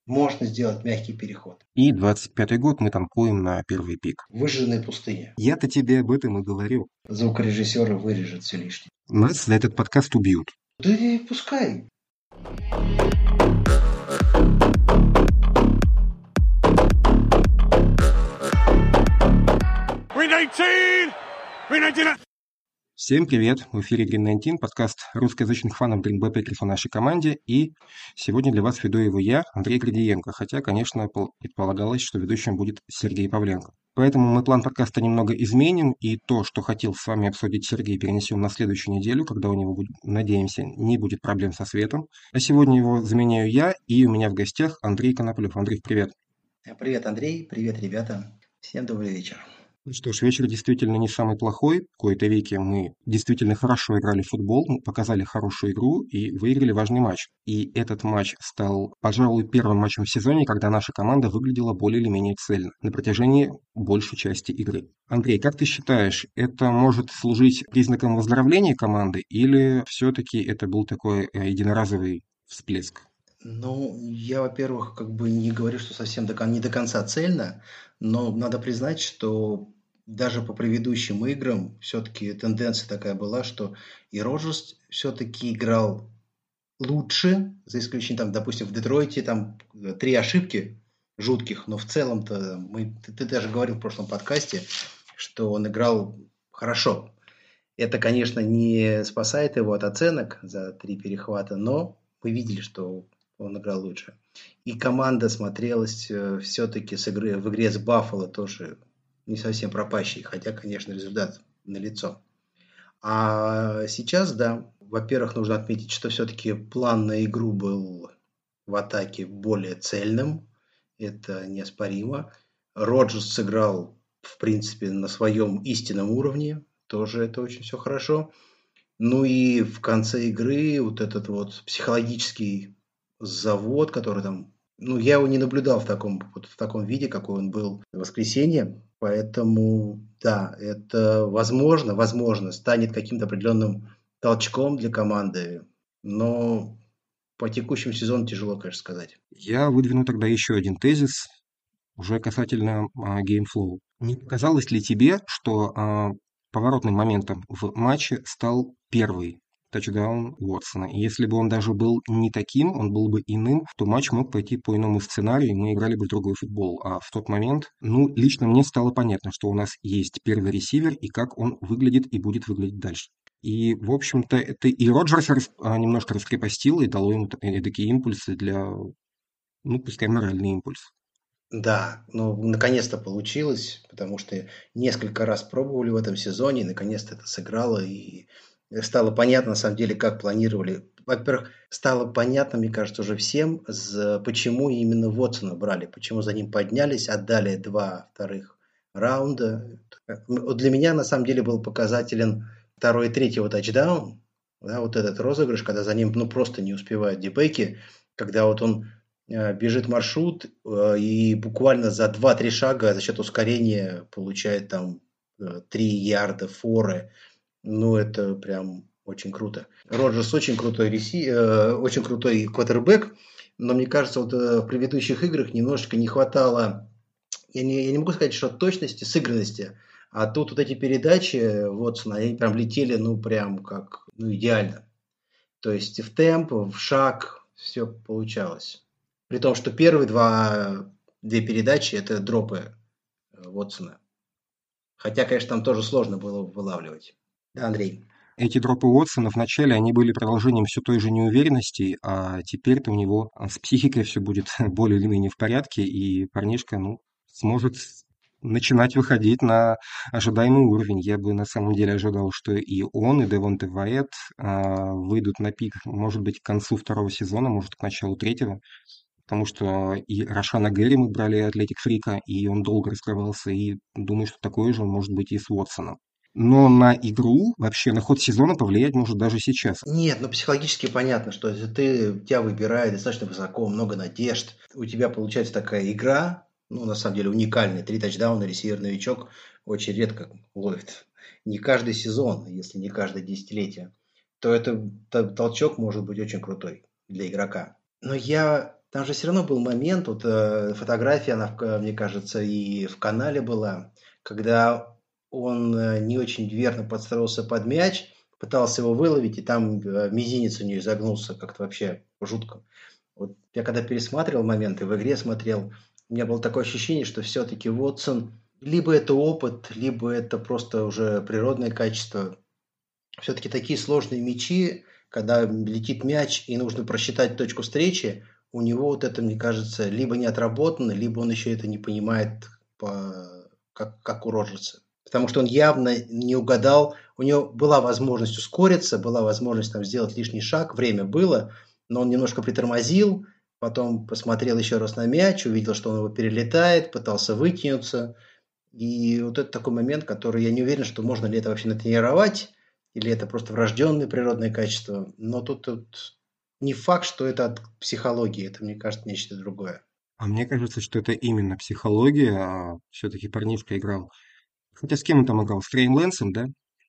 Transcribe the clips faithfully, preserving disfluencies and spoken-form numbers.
можно сделать мягкий переход. И двадцать пятый год мы танкуем на первый пик. В выжженной пустыне. Я-то тебе об этом и говорю. Звукорежиссеры вырежут все лишнее. Нас за этот подкаст убьют. Да и пускай. Всем привет! В эфире Green девяносто, подкаст русскоязычных фанов Green Bay Packers о нашей команде. И сегодня для вас веду его я, Андрей Градиенко. Хотя, конечно, предполагалось, что ведущим будет Сергей Павленко. Поэтому мы план подкаста немного изменим, и то, что хотел с вами обсудить Сергей, перенесем на следующую неделю, когда у него, надеемся, не будет проблем со светом. А сегодня его заменяю я, и у меня в гостях Андрей Коноплев. Андрей, привет! Привет, Андрей. Привет, ребята. Всем добрый вечер. Что ж, вечер действительно не самый плохой. В кои-то веки мы действительно хорошо играли в футбол, мы показали хорошую игру и выиграли важный матч. И этот матч стал, пожалуй, первым матчем в сезоне, когда наша команда выглядела более или менее цельно на протяжении большей части игры. Андрей, как ты считаешь, это может служить признаком выздоровления команды или все-таки это был такой единоразовый всплеск? Ну, я, во-первых, как бы не говорю, что совсем до, кон- не до конца цельно, но надо признать, что даже по предыдущим играм все-таки тенденция такая была, что и Роджерс все-таки играл лучше, за исключением, там, допустим, в Детройте там э, три ошибки жутких, но в целом-то мы, ты, ты даже говорил в прошлом подкасте, что он играл хорошо. Это, конечно, не спасает его от оценок за три перехвата, но мы видели, что он играл лучше. И команда смотрелась э, все-таки с игры, в игре с Баффало тоже не совсем пропащей, хотя, конечно, результат налицо. А сейчас, да, во-первых, нужно отметить, что все-таки план на игру был в атаке более цельным. Это неоспоримо. Роджерс сыграл, в принципе, на своем истинном уровне. Тоже это очень все хорошо. Ну и в конце игры вот этот вот психологический завод, который там... Ну, я его не наблюдал в таком, вот в таком виде, какой он был в воскресенье. Поэтому, да, это возможно, возможно, станет каким-то определенным толчком для команды. Но по текущему сезону тяжело, конечно, сказать. Я выдвину тогда еще один тезис, уже касательно а, геймфлоу. Не показалось ли тебе, что а, поворотным моментом в матче стал первый тачдаун Уотсона? И если бы он даже был не таким, он был бы иным, то матч мог пойти по иному сценарию, и мы играли бы в другой футбол. А в тот момент, ну, лично мне стало понятно, что у нас есть первый ресивер, и как он выглядит и будет выглядеть дальше. И, в общем-то, это и Роджерса рас- а, немножко раскрепостило и дало ему т- э, такие импульсы для, ну, пускай моральный импульс. Да, ну, наконец-то получилось, потому что несколько раз пробовали в этом сезоне, и наконец-то это сыграло, и стало понятно, на самом деле, как планировали. Во-первых, стало понятно, мне кажется, уже всем, за- почему именно Вотсона брали, почему за ним поднялись, отдали два вторых раунда. Вот для меня, на самом деле, был показателен второй и третий вот тачдаун, да, вот этот розыгрыш, когда за ним, ну, просто не успевают дебеки, когда вот он э, бежит маршрут э, и буквально за два-три шага за счет ускорения получает там э, три ярда форы. Ну, это прям очень круто. Роджерс очень крутой реси, э, очень крутой квотербек, но мне кажется, вот э, в предыдущих играх немножечко не хватало, я не, я не могу сказать, что точности, сыгранности, а тут вот эти передачи, вот, они прям летели, ну, прям как, ну, идеально. То есть в темп, в шаг все получалось. При том, что первые два, две передачи – это дропы э, Уотсона. Хотя, конечно, там тоже сложно было вылавливать. Да, Андрей? Эти дропы Уотсона вначале, они были продолжением все той же неуверенности, а теперь-то у него а, с психикой все будет более или менее в порядке, и парнишка, ну, сможет с- начинать выходить на ожидаемый уровень. Я бы на самом деле ожидал, что и он, и Девонте Вайет а, выйдут на пик, может быть, к концу второго сезона, может, к началу третьего, потому что и Рошана Гэри мы брали Атлетик Фрика, и он долго раскрывался, и думаю, что такое же он может быть и с Уотсоном. Но на игру, вообще на ход сезона повлиять может даже сейчас. Нет, ну психологически понятно, что если ты, тебя выбирают достаточно высоко, много надежд, у тебя получается такая игра, ну, на самом деле, уникальная. Три тачдауна, ресивер-новичок очень редко ловит. Не каждый сезон, если не каждое десятилетие, то это толчок может быть очень крутой для игрока. Но я Там же все равно был момент, вот э, фотография, она, в ка- мне кажется, и в канале была, когда он э, не очень верно подстроился под мяч, пытался его выловить, и там э, мизинец у нее изогнулся как-то вообще жутко. Вот я когда пересматривал моменты, в игре смотрел, у меня было такое ощущение, что все-таки Вотсон либо это опыт, либо это просто уже природное качество. Все-таки такие сложные мячи, когда летит мяч и нужно просчитать точку встречи, у него вот это, мне кажется, либо не отработано, либо он еще это не понимает, по, как, как у Роджерса. Потому что он явно не угадал, у него была возможность ускориться, была возможность там сделать лишний шаг, время было, но он немножко притормозил, потом посмотрел еще раз на мяч, увидел, что он его перелетает, пытался вытянуться, и вот это такой момент, который я не уверен, что можно ли это вообще натренировать, или это просто врожденное природное качество. Но тут, тут не факт, что это от психологии. Это, мне кажется, нечто другое. А мне кажется, что это именно психология, а все-таки парнишка играл. Хотя с кем он там играл? С Трейн Лэнсом, да?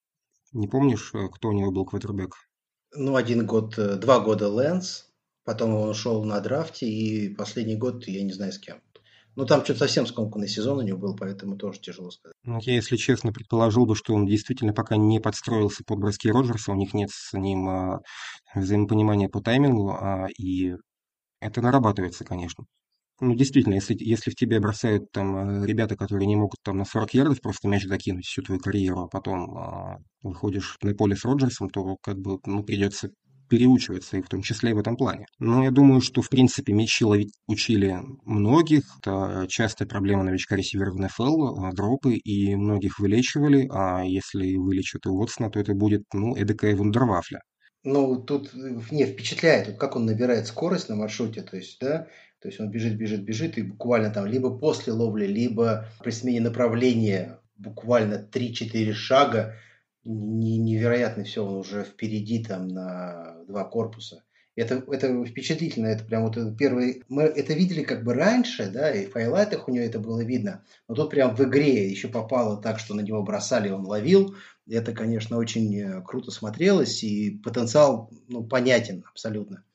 Не помнишь, э, кто у него был квотербек? Ну, один год, э, два года Лэнс, потом он ушел на драфте, и последний год я не знаю с кем. Ну, там что-то совсем скомканный сезон у него был, поэтому тоже тяжело сказать. Ну, я, если честно, предположил бы, что он действительно пока не подстроился под броски Роджерса, у них нет с ним а, взаимопонимания по таймингу, а, и это нарабатывается, конечно. Ну, действительно, если, если в тебе бросают там э, ребята, которые не могут там на сорок ярдов просто мяч закинуть всю твою карьеру, а потом а, выходишь на поле с Роджерсом, то как бы, ну, придется переучиваться, и в том числе и в этом плане. Но я думаю, что, в принципе, мячи ловить учили многих. Это частая проблема новичка-ресиверов в эн эф эл, а, дропы, и многих вылечивали, а если вылечат и Уотсона, то это будет, ну, эдакая вундервафля. Ну, тут э, не впечатляет, вот как он набирает скорость на маршруте, то есть, да, то есть он бежит, бежит, бежит, и буквально там либо после ловли, либо при смене направления буквально три-четыре шага, не- невероятно все, он уже впереди там на два корпуса. Это, это впечатлительно, это прям вот этот первый, мы это видели как бы раньше, да, и в хайлайтах у него это было видно, но тут прям в игре еще попало так, что на него бросали, он ловил, это, конечно, очень э, круто смотрелось, и потенциал, ну, понятен абсолютно.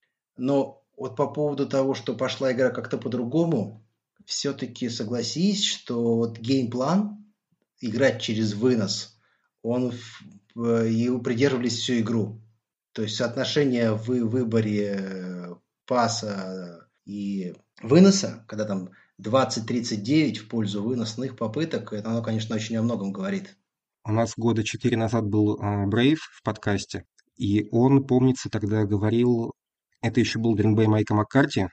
Но вот по поводу того, что пошла игра как-то по-другому, все-таки согласись, что вот геймплан играть через вынос, он в- в- и придерживались всю игру. То есть соотношение в выборе э, паса и выноса, когда там двадцать тридцать девять в пользу выносных попыток, это оно, конечно, очень о многом говорит. У нас года четыре назад был а, Брейв в подкасте, и он, помнится, тогда говорил, это еще был Гринбей Майка Маккарти,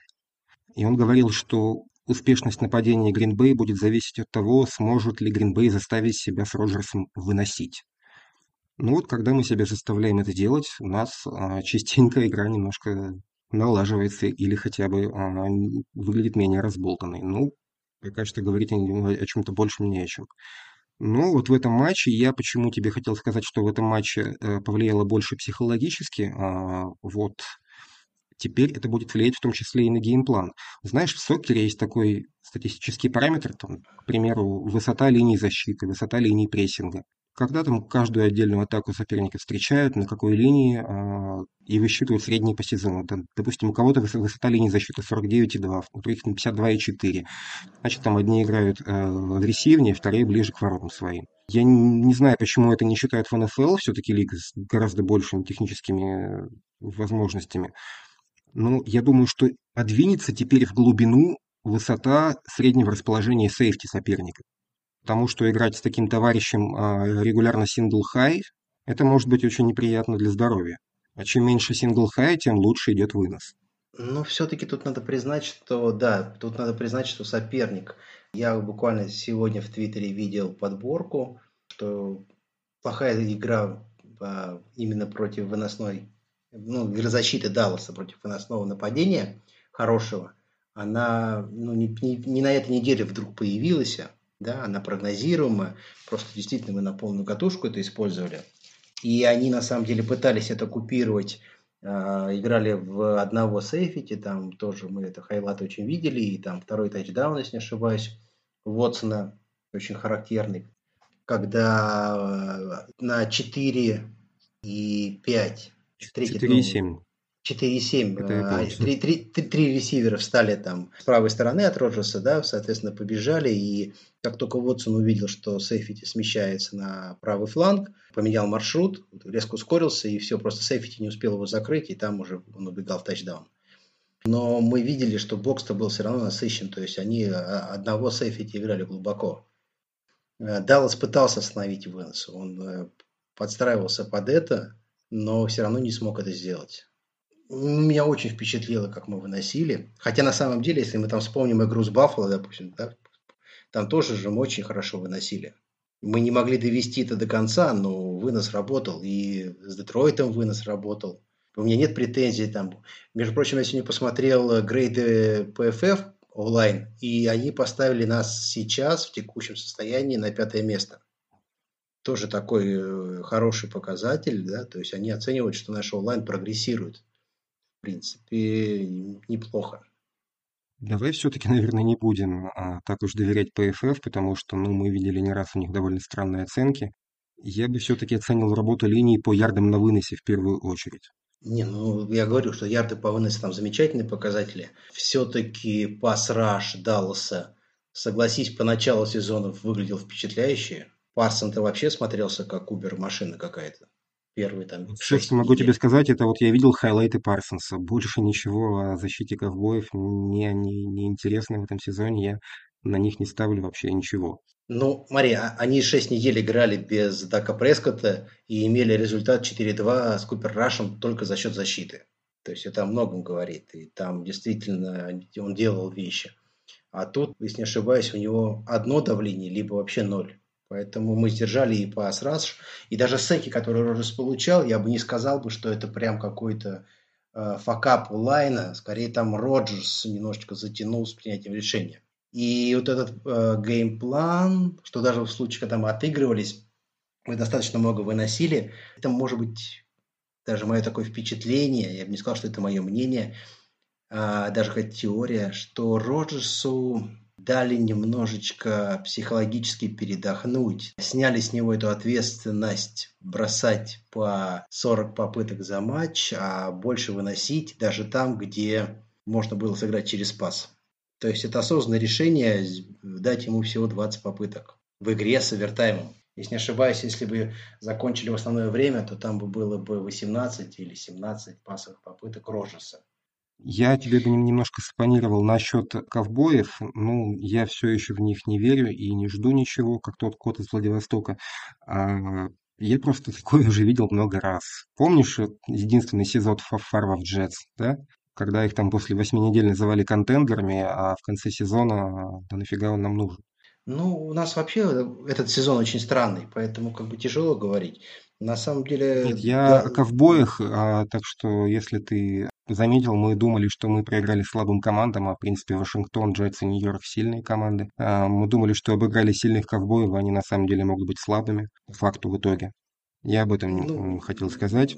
и он говорил, что успешность нападения Гринбей будет зависеть от того, сможет ли Гринбей заставить себя с Роджерсом выносить. Ну вот, когда мы себя заставляем это делать, у нас а, частенько игра немножко налаживается или хотя бы а, н- выглядит менее разболтанной. Ну, пока что говорить о, о чем-то больше не о чем. Ну, вот в этом матче я почему тебе хотел сказать, что в этом матче э, повлияло больше психологически. А, вот теперь это будет влиять в том числе и на геймплан. Знаешь, в сокере есть такой статистический параметр, там, к примеру, высота линии защиты, высота линии прессинга. Когда там каждую отдельную атаку соперника встречают, на какой линии, а, и высчитывают средние по сезону. Там, допустим, у кого-то выс- высота линии защиты сорок девять и два, у других пятьдесят два и четыре. Значит, там одни играют э, агрессивнее, вторые ближе к воротам своим. Я н- не знаю, почему это не считают в эн эф эл, все-таки лига с гораздо большими техническими э, возможностями. Ну, я думаю, что подвинется теперь в глубину высота среднего расположения сейфти соперника. Потому что играть с таким товарищем а, регулярно сингл-хай, это может быть очень неприятно для здоровья. А чем меньше сингл-хай, тем лучше идет вынос. Но все-таки тут надо признать, что да, тут надо признать, что соперник. Я буквально сегодня в Твиттере видел подборку, что плохая игра а, именно против выносной, ну, защиты Далласа против выносного нападения хорошего, она ну, не, не, не на этой неделе вдруг появилась, да, она прогнозируема, просто действительно мы на полную катушку это использовали. И они на самом деле пытались это купировать, а, играли в одного сейфити, там тоже мы это хайлайт очень видели, и там второй тачдаун, если не ошибаюсь, Уотсона очень характерный, когда э, на четыре и пять, третий, четыре и ну, семь. четыре семь. Это я а, помню. Три, три, три, три ресивера встали там с правой стороны от Роджерса, да, соответственно, побежали. И как только Уотсон увидел, что сейфити смещается на правый фланг, поменял маршрут, резко ускорился, и все, просто сейфити не успел его закрыть, и там уже он убегал в тачдаун. Но мы видели, что бокс-то был все равно насыщен, то есть они а, одного сейфити играли глубоко. Э, Даллас пытался остановить вынос, он э, подстраивался под это, но все равно не смог это сделать. Меня очень впечатлило, как мы выносили. Хотя на самом деле, если мы там вспомним игру с Баффало, допустим, да, там тоже же мы очень хорошо выносили. Мы не могли довести это до конца, но вынос работал. И с Детройтом вынос работал. У меня нет претензий там. Между прочим, я сегодня посмотрел грейды пи эф эф онлайн, и они поставили нас сейчас в текущем состоянии на пятое место. Тоже такой э, хороший показатель, да, то есть они оценивают, что наш онлайн прогрессирует. В принципе, неплохо. Давай все-таки, наверное, не будем а, так уж доверять пи эф эф, потому что, ну, мы видели не раз у них довольно странные оценки. Я бы все-таки оценил работу линии по ярдам на выносе в первую очередь. Не, ну, я говорю, что ярды по выносу там замечательные показатели. Все-таки пас-раш Далласа, согласись, по началу сезона выглядел впечатляюще. Парсон-то вообще смотрелся как Убер-машина какая-то. Первые там Вот все, что шесть могу тебе недель. сказать, это вот я видел хайлайты Парсонса. Больше ничего о защите ковбоев мне не, не интересно в этом сезоне. Я на них не ставлю вообще ничего. Ну, смотри, а- они шесть недель играли без Дака Прескотта и имели результат четыре два с Купер Рашем только за счет защиты. То есть это о многом говорит. И там действительно он делал вещи. А тут, если не ошибаюсь, у него одно давление, либо вообще ноль. Поэтому мы сдержали и пас раш. И даже секи, который Роджерс получал, я бы не сказал бы, что это прям какой-то э, факап у лайна. Скорее там Роджерс немножечко затянул с принятием решения. И вот этот э, геймплан, что даже в случае, когда мы отыгрывались, мы достаточно много выносили. Это может быть даже мое такое впечатление, я бы не сказал, что это мое мнение, а, даже хоть теория, что Роджерсу дали немножечко психологически передохнуть, сняли с него эту ответственность бросать по сорок попыток за матч, а больше выносить даже там, где можно было сыграть через пас. То есть это осознанное решение дать ему всего двадцать попыток в игре с овертаймом. Если не ошибаюсь, если бы закончили в основное время, то там бы было бы восемнадцать или семнадцать пасовых попыток Роджерса. Я тебе бы нем- немножко сапонировал насчет ковбоев. Ну, я все еще в них не верю и не жду ничего, как тот кот из Владивостока. А, я просто такое уже видел много раз. Помнишь вот единственный сезон Фарва в Джетс, да? Когда их там после восьми недель называли контендерами, а в конце сезона, да нафига он нам нужен? Ну, у нас вообще этот сезон очень странный, поэтому как бы тяжело говорить. На самом деле, Нет, я да, о ковбоях, а, так что если ты заметил, мы думали, что мы проиграли слабым командам, а в принципе Вашингтон, Джетс и Нью-Йорк сильные команды. А, мы думали, что обыграли сильных ковбоев, а они на самом деле могут быть слабыми, по факту в итоге. Я об этом м, ну, хотел сказать.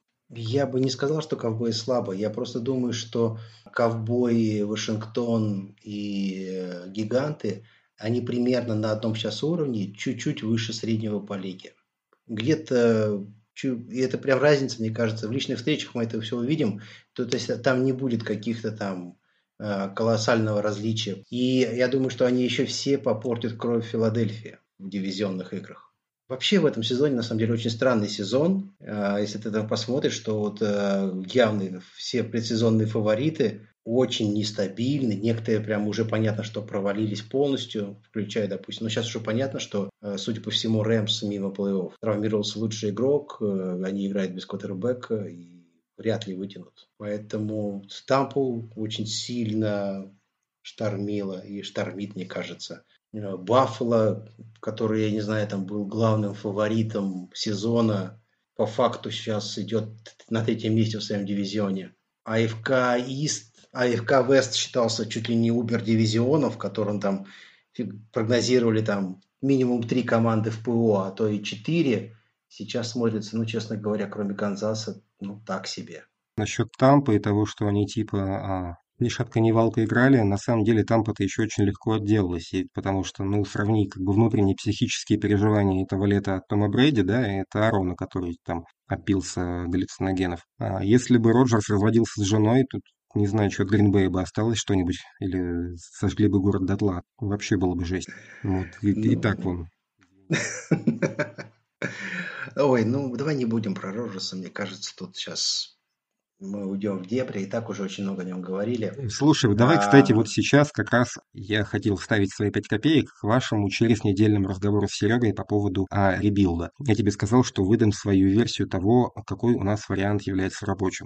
я бы не сказал, что ковбои слабо. Я просто думаю, что ковбои, Вашингтон и э, гиганты, они примерно на одном сейчас уровне, чуть-чуть выше среднего по лиге. Где-то, чу- и это прям разница, мне кажется, в личных встречах мы это все увидим, то, то есть там не будет каких-то там э, колоссального различия. И я думаю, что они еще все попортят кровь Филадельфии в дивизионных играх. Вообще в этом сезоне, на самом деле, очень странный сезон. А, Если ты там посмотришь, что вот э, явные все предсезонные фавориты очень нестабильны. Некоторые прям уже понятно, что провалились полностью, включая, допустим, ну сейчас уже понятно, что, э, судя по всему, Рэмс мимо плей-офф. Травмировался лучший игрок, э, они играют без квотербека и вряд ли вытянут. Поэтому Стампл очень сильно штормило и штормит, мне кажется. Э, Баффало, который, я не знаю, там был главным фаворитом сезона, по факту сейчас идет на третьем месте в своем дивизионе. АФК Ист, АФК Вест считался чуть ли не Убер дивизионом, в котором там прогнозировали там минимум три команды в ПО, а то и четыре. Сейчас смотрится, ну, честно говоря, кроме Канзаса, ну, так себе. Насчет Тампа и того, что они типа а, Ни шатка, ни валка играли. На самом деле Тампа-то еще очень легко отделалась, и потому что, ну, сравни как бы внутренние психические переживания этого лета от Тома Брейди, да, и это Арона, который там опился галлюциногенов. А если бы Роджерс разводился с женой, тут не знаю, что от Гринбея бы осталось что-нибудь, или сожгли бы город дотла. Вообще было бы жесть. Вот, и, и так Ну, вон. ой, ну давай не будем про Роджерса, мне кажется, тут сейчас мы уйдем в дебри, и так уже очень много о нем говорили. Слушай, вот давай, кстати, А, вот сейчас как раз я хотел вставить свои пять копеек к вашему через недельному разговору с Серегой по поводу а, ребилда. Я тебе сказал, что выдам свою версию того, какой у нас вариант является рабочим.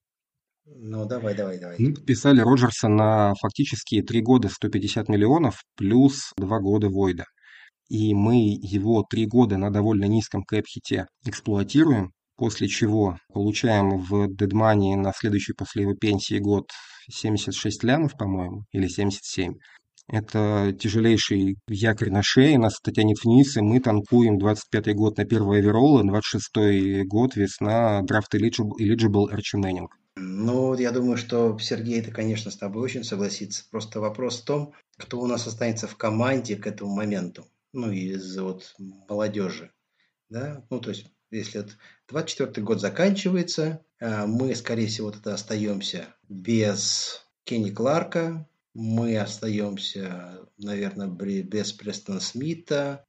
ну давай, давай, давай. Мы подписали Роджерса на фактически три года сто пятьдесят миллионов плюс два года Войда. И мы его три года на довольно низком кэп-хите эксплуатируем, после чего получаем в дедмане на следующий после его пенсии год семьдесят шесть лямов, по-моему, или семьдесят семь. Это тяжелейший якорь на шее, нас это тянет вниз, и мы танкуем двадцать пятый год на первый оверолл, и двадцать шестой год весна драфт eligible, eligible Арчи Мэннинг. Ну, я думаю, что Сергей, это, конечно, с тобой очень согласится. Просто вопрос в том, кто у нас останется в команде к этому моменту. Ну, из вот молодежи. Да? Ну, то есть, если вот двадцать четвёртый год заканчивается, а, мы, скорее всего, тогда остаемся без Кенни Кларка, мы остаемся, наверное, бре- без Престона Смита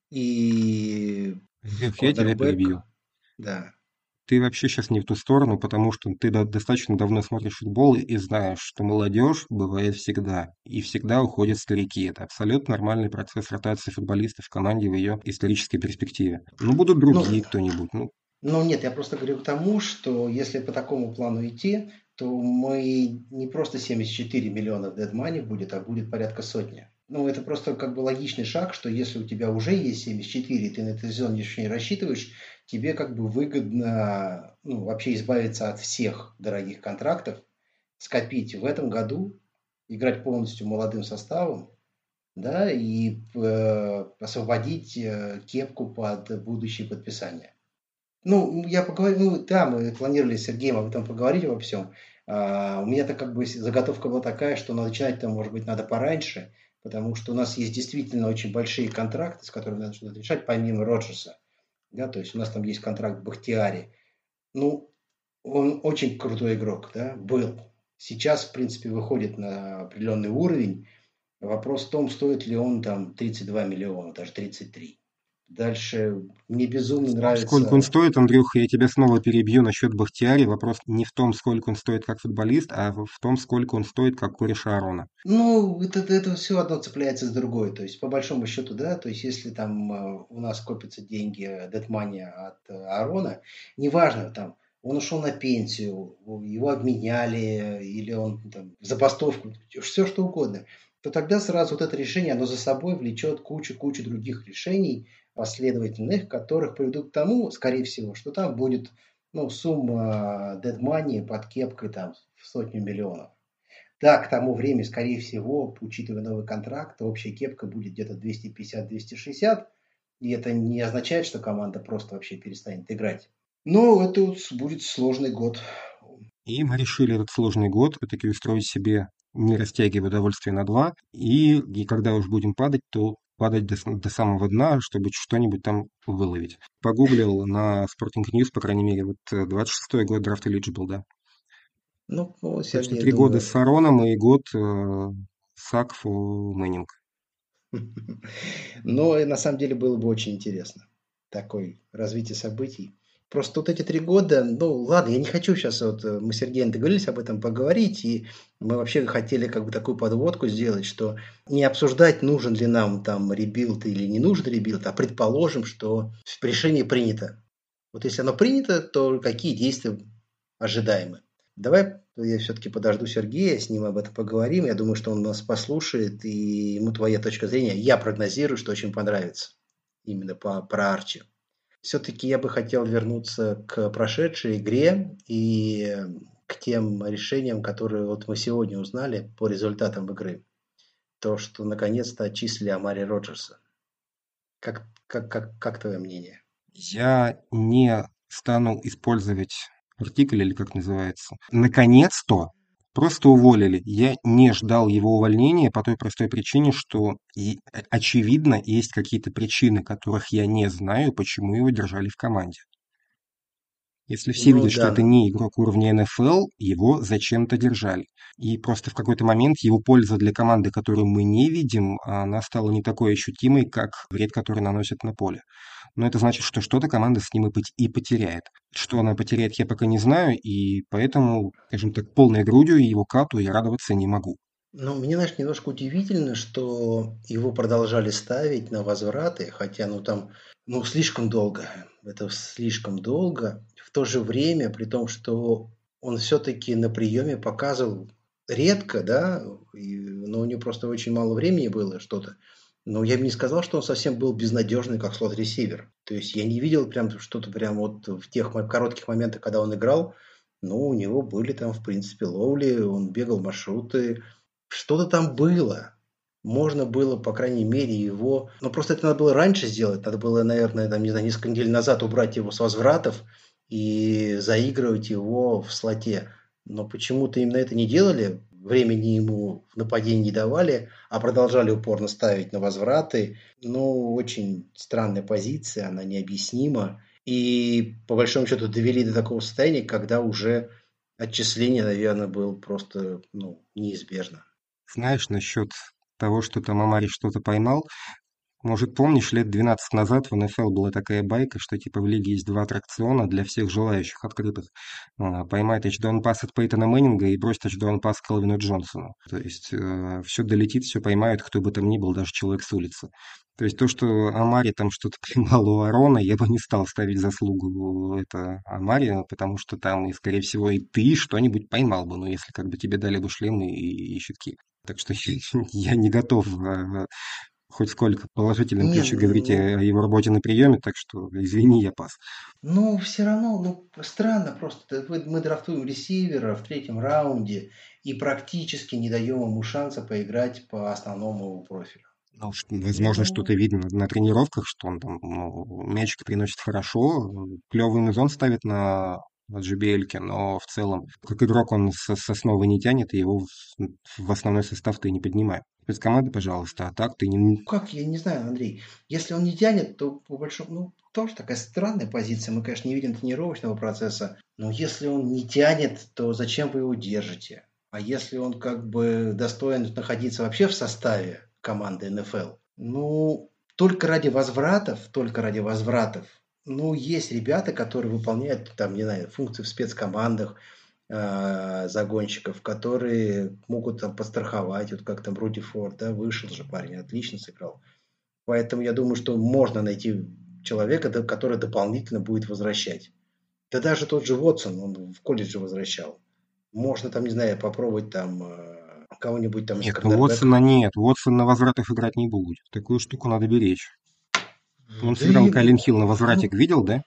и Лев, я тебя корнербэк, перебью. да. Ты вообще сейчас не в ту сторону, потому что ты до- достаточно давно смотришь футбол и знаешь, что молодежь бывает всегда. И всегда уходят старики. Это абсолютно нормальный процесс ротации футболистов в команде в ее исторической перспективе. Ну, будут Ну, другие кто-нибудь. Ну, Ну, нет, я просто говорю к тому, что если по такому плану идти, то мы не просто семьдесят четыре миллиона в Dead Money будет, а будет порядка сотни. Ну, это просто как бы логичный шаг, что если у тебя уже есть семьдесят четыре, и ты на этот сезон еще не рассчитываешь, тебе как бы выгодно, ну, вообще избавиться от всех дорогих контрактов, скопить в этом году, играть полностью молодым составом, да, и э, освободить э, кепку под будущее подписание. Ну, я поговорю, ну, да, мы планировали с Сергеем об этом поговорить обо всем. А, у меня-то как бы заготовка была такая, что начинать-то, может быть, надо пораньше, потому что у нас есть действительно очень большие контракты, с которыми надо что-то решать, помимо Роджерса. Да, то есть у нас там есть контракт Бахтиари. Ну, он очень крутой игрок, да, был. Сейчас, в принципе, выходит на определенный уровень. Вопрос в том, стоит ли он там тридцать два миллиона, даже тридцать три. Дальше мне безумно в том, сколько он нравится. стоит, Андрюха, я тебя снова перебью насчет Бахтиари. Вопрос не в том, сколько он стоит как футболист, а в в том, сколько он стоит как кореш Аарона. Ну, это, это все одно цепляется с другой. То есть, по большому счету, да, то есть, если там э, у нас копятся деньги Детмани от э, Аарона, неважно, там, он ушел на пенсию, его обменяли, или он там в забастовку, все что угодно, то тогда сразу вот это решение, оно за собой влечет кучу-кучу других решений последовательных, которых приведут к тому, скорее всего, что там будет, ну, сумма Dead Money под кепкой там в сотню миллионов. Да, к тому времени, скорее всего, учитывая новый контракт, общая кепка будет где-то двести пятьдесят - двести шестьдесят. И это не означает, что команда просто вообще перестанет играть. Но это вот будет сложный год. И мы решили этот сложный год все-таки устроить себе, не растягивая удовольствие на два, и, и когда уж будем падать, то падать до, с- до самого дна, чтобы что-нибудь там выловить. Погуглил на Sporting News, по крайней мере, вот э, двадцать шестой год драфт eligible, да. Ну, ну, Так что Сергей, три года думаю. с Ароном и год э, Сак фо Мэннинг. Но и на самом деле было бы очень интересно. Такое развитие событий. Просто вот эти три года, ну ладно, я не хочу сейчас, вот э, мы с Сергеем договорились об этом поговорить, и мы вообще хотели как бы такую подводку сделать, что не обсуждать, нужен ли нам там ребилд или не нужен ребилд, а предположим, что решение принято. Вот если оно принято, то какие действия ожидаемы? Давай я все-таки подожду Сергея, с ним об этом поговорим. Я думаю, что он нас послушает, и ему твоя точка зрения, я прогнозирую, что очень понравится. Именно по, про Арчи. Все-таки я бы хотел вернуться к прошедшей игре и к тем решениям, которые вот мы сегодня узнали по результатам игры. То, что наконец-то отчислили Амари Роджерса. Как, как, как, как твое мнение? Я не стану использовать артикль, или как называется. Наконец-то, просто уволили. Я не ждал его увольнения по той простой причине, что и, э, очевидно, есть какие-то причины, которых я не знаю, почему его держали в команде. Если все Ну видят, что да, это н- не игрок уровня эн эф эл, его зачем-то держали. И просто в какой-то момент его польза для команды, которую мы не видим, она стала не такой ощутимой, как вред, который наносит на поле. Но это значит, что что-то команда с ним и пот- и потеряет. Что она потеряет, я пока не знаю, и поэтому, скажем так, полной грудью его кату я радоваться не могу. ну, мне, знаешь, немножко удивительно, что его продолжали ставить на возвраты, хотя, ну, там, ну, слишком долго. Это слишком долго. В то же время, при том, что он все-таки на приеме показывал редко, да, и- но у него просто очень мало времени было что-то. Но я бы не сказал, что он совсем был безнадежный, как слот-ресивер. То есть я не видел прям что-то прям вот в тех мо- коротких моментах, когда он играл, ну, у него были там, в принципе, ловли, он бегал маршруты, что-то там было. Можно было, по крайней мере, его... Ну, просто это надо было раньше сделать. Надо было, наверное, там, не знаю, несколько недель назад убрать его с возвратов и заигрывать его в слоте. Но почему-то именно это не делали. Времени ему в нападении не давали, а продолжали упорно ставить на возвраты. Ну, очень странная позиция, она необъяснима. И, по большому счету, довели до такого состояния, когда уже отчисление, наверное, было просто ну, неизбежно. Знаешь, насчет того, что там Амари что-то поймал, может, помнишь, лет двенадцать назад в эн эф эл была такая байка, что типа в лиге есть два аттракциона для всех желающих открытых. А, Поймай тачдаун-пас от Пейтона Мэннинга и брось тачдаун-пас Калвину Джонсону. То есть все долетит, все поймают, кто бы там ни был, даже человек с улицы. То есть то, что Амари там что-то поймал у Арона, я бы не стал ставить заслугу это Амари, потому что там, и, скорее всего, и ты что-нибудь поймал бы, ну, если как бы тебе дали бы шлемы и, и щитки. Так что я не готов э, хоть сколько в положительном Не, ключе говорить о ну, о его работе на приеме, так что извини, я пас. ну, все равно, ну, странно просто. Т- вы- Мы драфтуем ресивера в третьем раунде и практически не даем ему шанса поиграть по основному его профилю. Ну, ш- возможно, что-то Ну, видно на тренировках, что он там ну, мячики приносит хорошо, клевый музон ставит на на джи би эл-ке, но в целом, как игрок он с, с основы не тянет, и его в, в основной состав ты не поднимай. Без команды, пожалуйста, а так ты не... как, я не знаю, Андрей. Если он не тянет, то по большому, ну, тоже такая странная позиция. Мы, конечно, не видим тренировочного процесса, но если он не тянет, то зачем вы его держите? А если он как бы достоин находиться вообще в составе команды эн эф эл? Ну, только ради возвратов, только ради возвратов. Ну, есть ребята, которые выполняют, там, не знаю, функции в спецкомандах, э, загонщиков, которые могут там подстраховать, вот как там Руди Форд, да, вышел же парень, отлично сыграл. Поэтому я думаю, что можно найти человека, да, который дополнительно будет возвращать. Да даже тот же Вотсон, он в колледже возвращал. Можно там, не знаю, попробовать там э, кого-нибудь там из Нет, ну Уотсона корнербеков. нет, Уотсон на возвратах играть не будет. Такую штуку надо беречь. Он Да сыграл и, Кайлин Хилл на возвратик, ну, видел, да?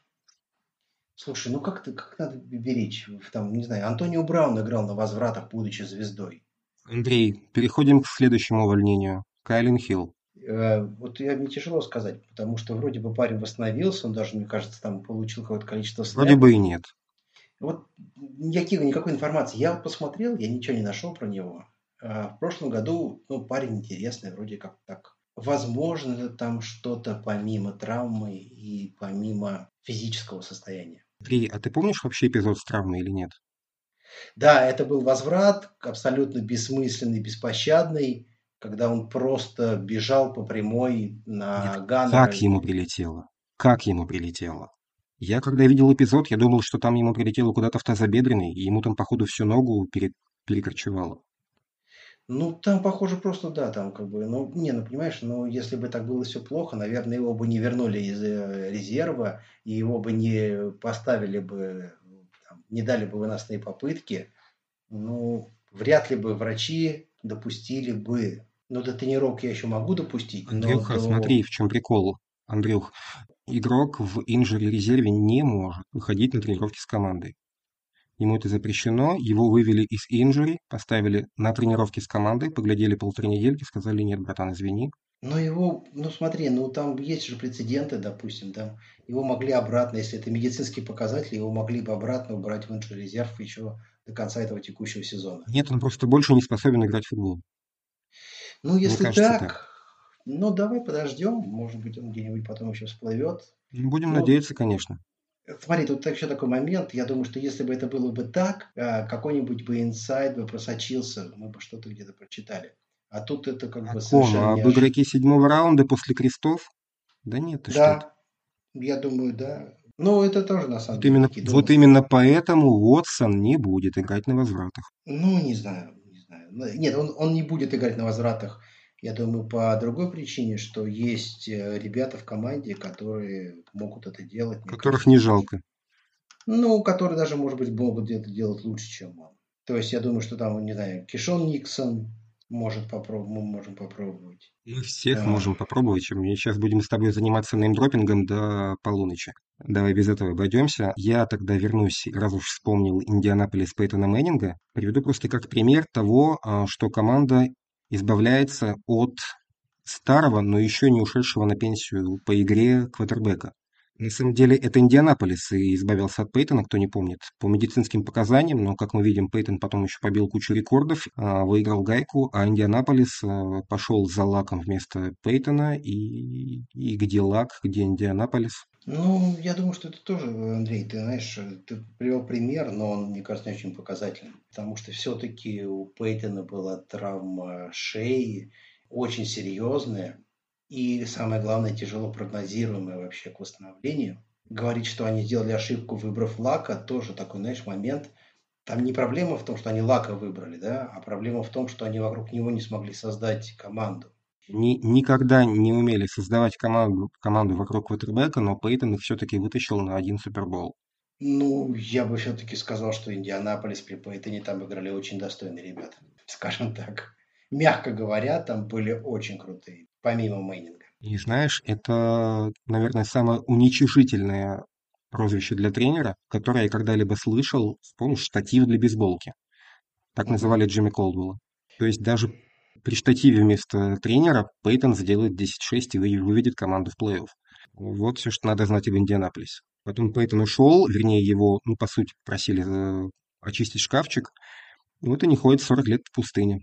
слушай, ну как ты, как надо беречь? Там, не знаю, Антонио Браун играл на возвратах, будучи звездой. Андрей, переходим к следующему увольнению. Кайлин Хилл. Э, Вот я, мне тяжело сказать, потому что вроде бы парень восстановился, он даже, мне кажется, там получил какое-то количество Вроде бы снэпов. и нет. Вот никаких, никакой информации. Я вот посмотрел, я ничего не нашел про него. А в прошлом году, ну, парень интересный, вроде как так. Возможно, ли там что-то помимо травмы и помимо физического состояния. Андрей, а ты помнишь вообще эпизод с травмой или нет? Да, это был возврат, абсолютно бессмысленный, беспощадный, когда он просто бежал по прямой Нет, на как Ганнера. ему прилетело? Как ему прилетело? Я когда видел эпизод, я думал, что там ему прилетело куда-то в тазобедренный, и ему там, походу, всю ногу пере... перекорчевало. Ну, там, похоже, просто, да, там как бы, ну, не, ну, понимаешь, ну, если бы так было все плохо, наверное, его бы не вернули из э, резерва, и его бы не поставили бы, там, не дали бы выносные попытки, ну, вряд ли бы врачи допустили бы, ну, до тренировки я еще могу допустить, но Андрюха, смотри, до, в чем прикол. Андрюх, игрок в инжури резерве не может выходить на тренировки с командой. Ему это запрещено, его вывели из инжури, поставили на тренировки с командой, поглядели полторы недельки, сказали, нет, братан, извини. но его, ну, смотри, ну, там есть же прецеденты, допустим, там, его могли обратно, если это медицинский показатель, его могли бы обратно убрать в инжур резерв еще до конца этого текущего сезона. Нет, он просто больше не способен играть в футбол. Ну, Мне если кажется так. так, ну, давай подождем. Может быть, он где-нибудь потом еще всплывет. Ну, будем Ну, надеяться, конечно. смотри, тут еще такой момент. Я думаю, что если бы это было бы так, а, какой-нибудь бы инсайт бы просочился, мы бы что-то где-то прочитали. А тут это как О бы ком? совершенно Об неожиданно. игроке седьмого раунда после крестов? Да нет, ты что-то. Да, я думаю, да. Ну, это тоже на самом Вот деле именно, такие вот домыслы. именно поэтому Уотсон не будет играть на возвратах. Ну, не знаю, не знаю. Ну, нет, он, он не будет играть на возвратах. Я думаю, по другой причине, что есть э, ребята в команде, которые могут это делать, мне Которых кажется, не очень. жалко. Ну, которые даже, может быть, могут это делать лучше, чем он. То есть я думаю, что там, не знаю, Кишон Никсон может попробовать, мы можем попробовать. Мы всех А, можем попробовать. чем мы сейчас будем с тобой заниматься неймдропингом до полуночи. Давай без этого обойдемся. Я тогда вернусь, раз уж вспомнил Индианаполис Пейтона Мэннинга, приведу просто как пример того, а, что команда избавляется от старого, но еще не ушедшего на пенсию по игре квотербека. На самом деле это Индианаполис и избавился от Пейтона, кто не помнит, по медицинским показаниям, но, как мы видим, Пейтон потом еще побил кучу рекордов, а, выиграл гайку, а Индианаполис а, пошел за Лаком вместо Пейтона, и, и где Лак, где Индианаполис. ну, я думаю, что это тоже, Андрей, ты знаешь, э, ты привел пример, но он, мне кажется, не очень показательным. Потому что все-таки у Пейтона была травма шеи, очень серьезная. И самое главное, тяжело прогнозируемая вообще к восстановлению. Говорить, что они сделали ошибку, выбрав Лака, тоже такой, знаешь, момент. Там не проблема в том, что они Лака выбрали, да, а проблема в том, что они вокруг него не смогли создать команду. Ни- никогда не умели создавать команду, команду вокруг квотербека, но Пейтон их все-таки вытащил на один Супербол. Ну, я бы все-таки сказал, что Индианаполис при Пейтоне там играли очень достойные ребята. Скажем так. Мягко говоря, там были очень крутые, помимо Мэннинга. И знаешь, это, наверное, самое уничижительное прозвище для тренера, которое я когда-либо слышал. Помнишь, штатив для бейсболки. Так Мгм. называли Джимми Колдуэлла. То есть даже при штативе вместо тренера Пейтон сделает десять шесть и вы- выведет команду в плей-офф. Вот все, что надо знать об Индианаполисе. Потом Пейтон ушел, вернее, его, ну, по сути, просили э, очистить шкафчик. И вот они ходят сорок лет в пустыне.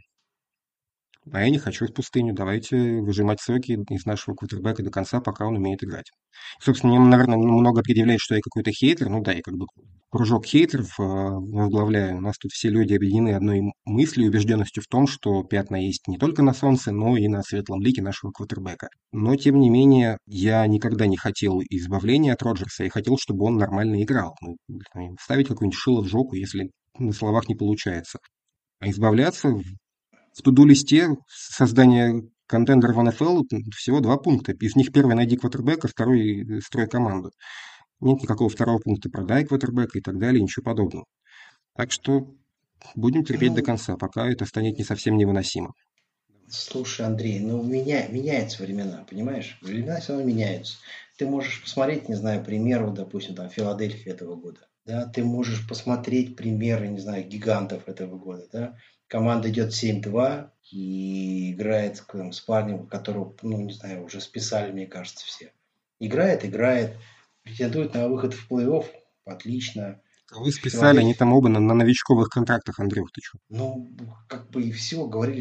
А я не хочу в пустыню. Давайте выжимать соки из нашего квотербека до конца, пока он умеет играть. Собственно, мне, наверное, много предъявляет, что я какой-то хейтер. Ну да, я как бы кружок хейтеров э, возглавляю. У нас тут все люди объединены одной мыслью, убежденностью в том, что пятна есть не только на солнце, но и на светлом лике нашего квотербека. Но, тем не менее, я никогда не хотел избавления от Роджерса. Я хотел, чтобы он нормально играл. Ну, ставить какое-нибудь шило в жопу, если на словах не получается. А избавляться в туду-листе создания контендера в эн эф эл всего два пункта. Из них первый — найди квотербека, второй — э, строй команду. Нет никакого второго пункта — продай квотербека и так далее, ничего подобного. Так что будем терпеть до Ну, конца, пока это станет не совсем невыносимо. слушай, Андрей, ну меня, меняются времена, понимаешь? Времена все равно меняются. Ты можешь посмотреть, не знаю, пример, вот, допустим, там, Филадельфии этого года. Да, ты можешь посмотреть примеры, не знаю, гигантов этого года. Да? Команда идет семь-два и играет там, с парнем, которого, ну, не знаю, уже списали, мне кажется, все. Играет, играет, претендует на выход в плей-офф, отлично. Вы В списали, они Филадельфии там оба на, на новичковых контрактах, Андрюх, ты чё? ну, как бы и все. Говорили,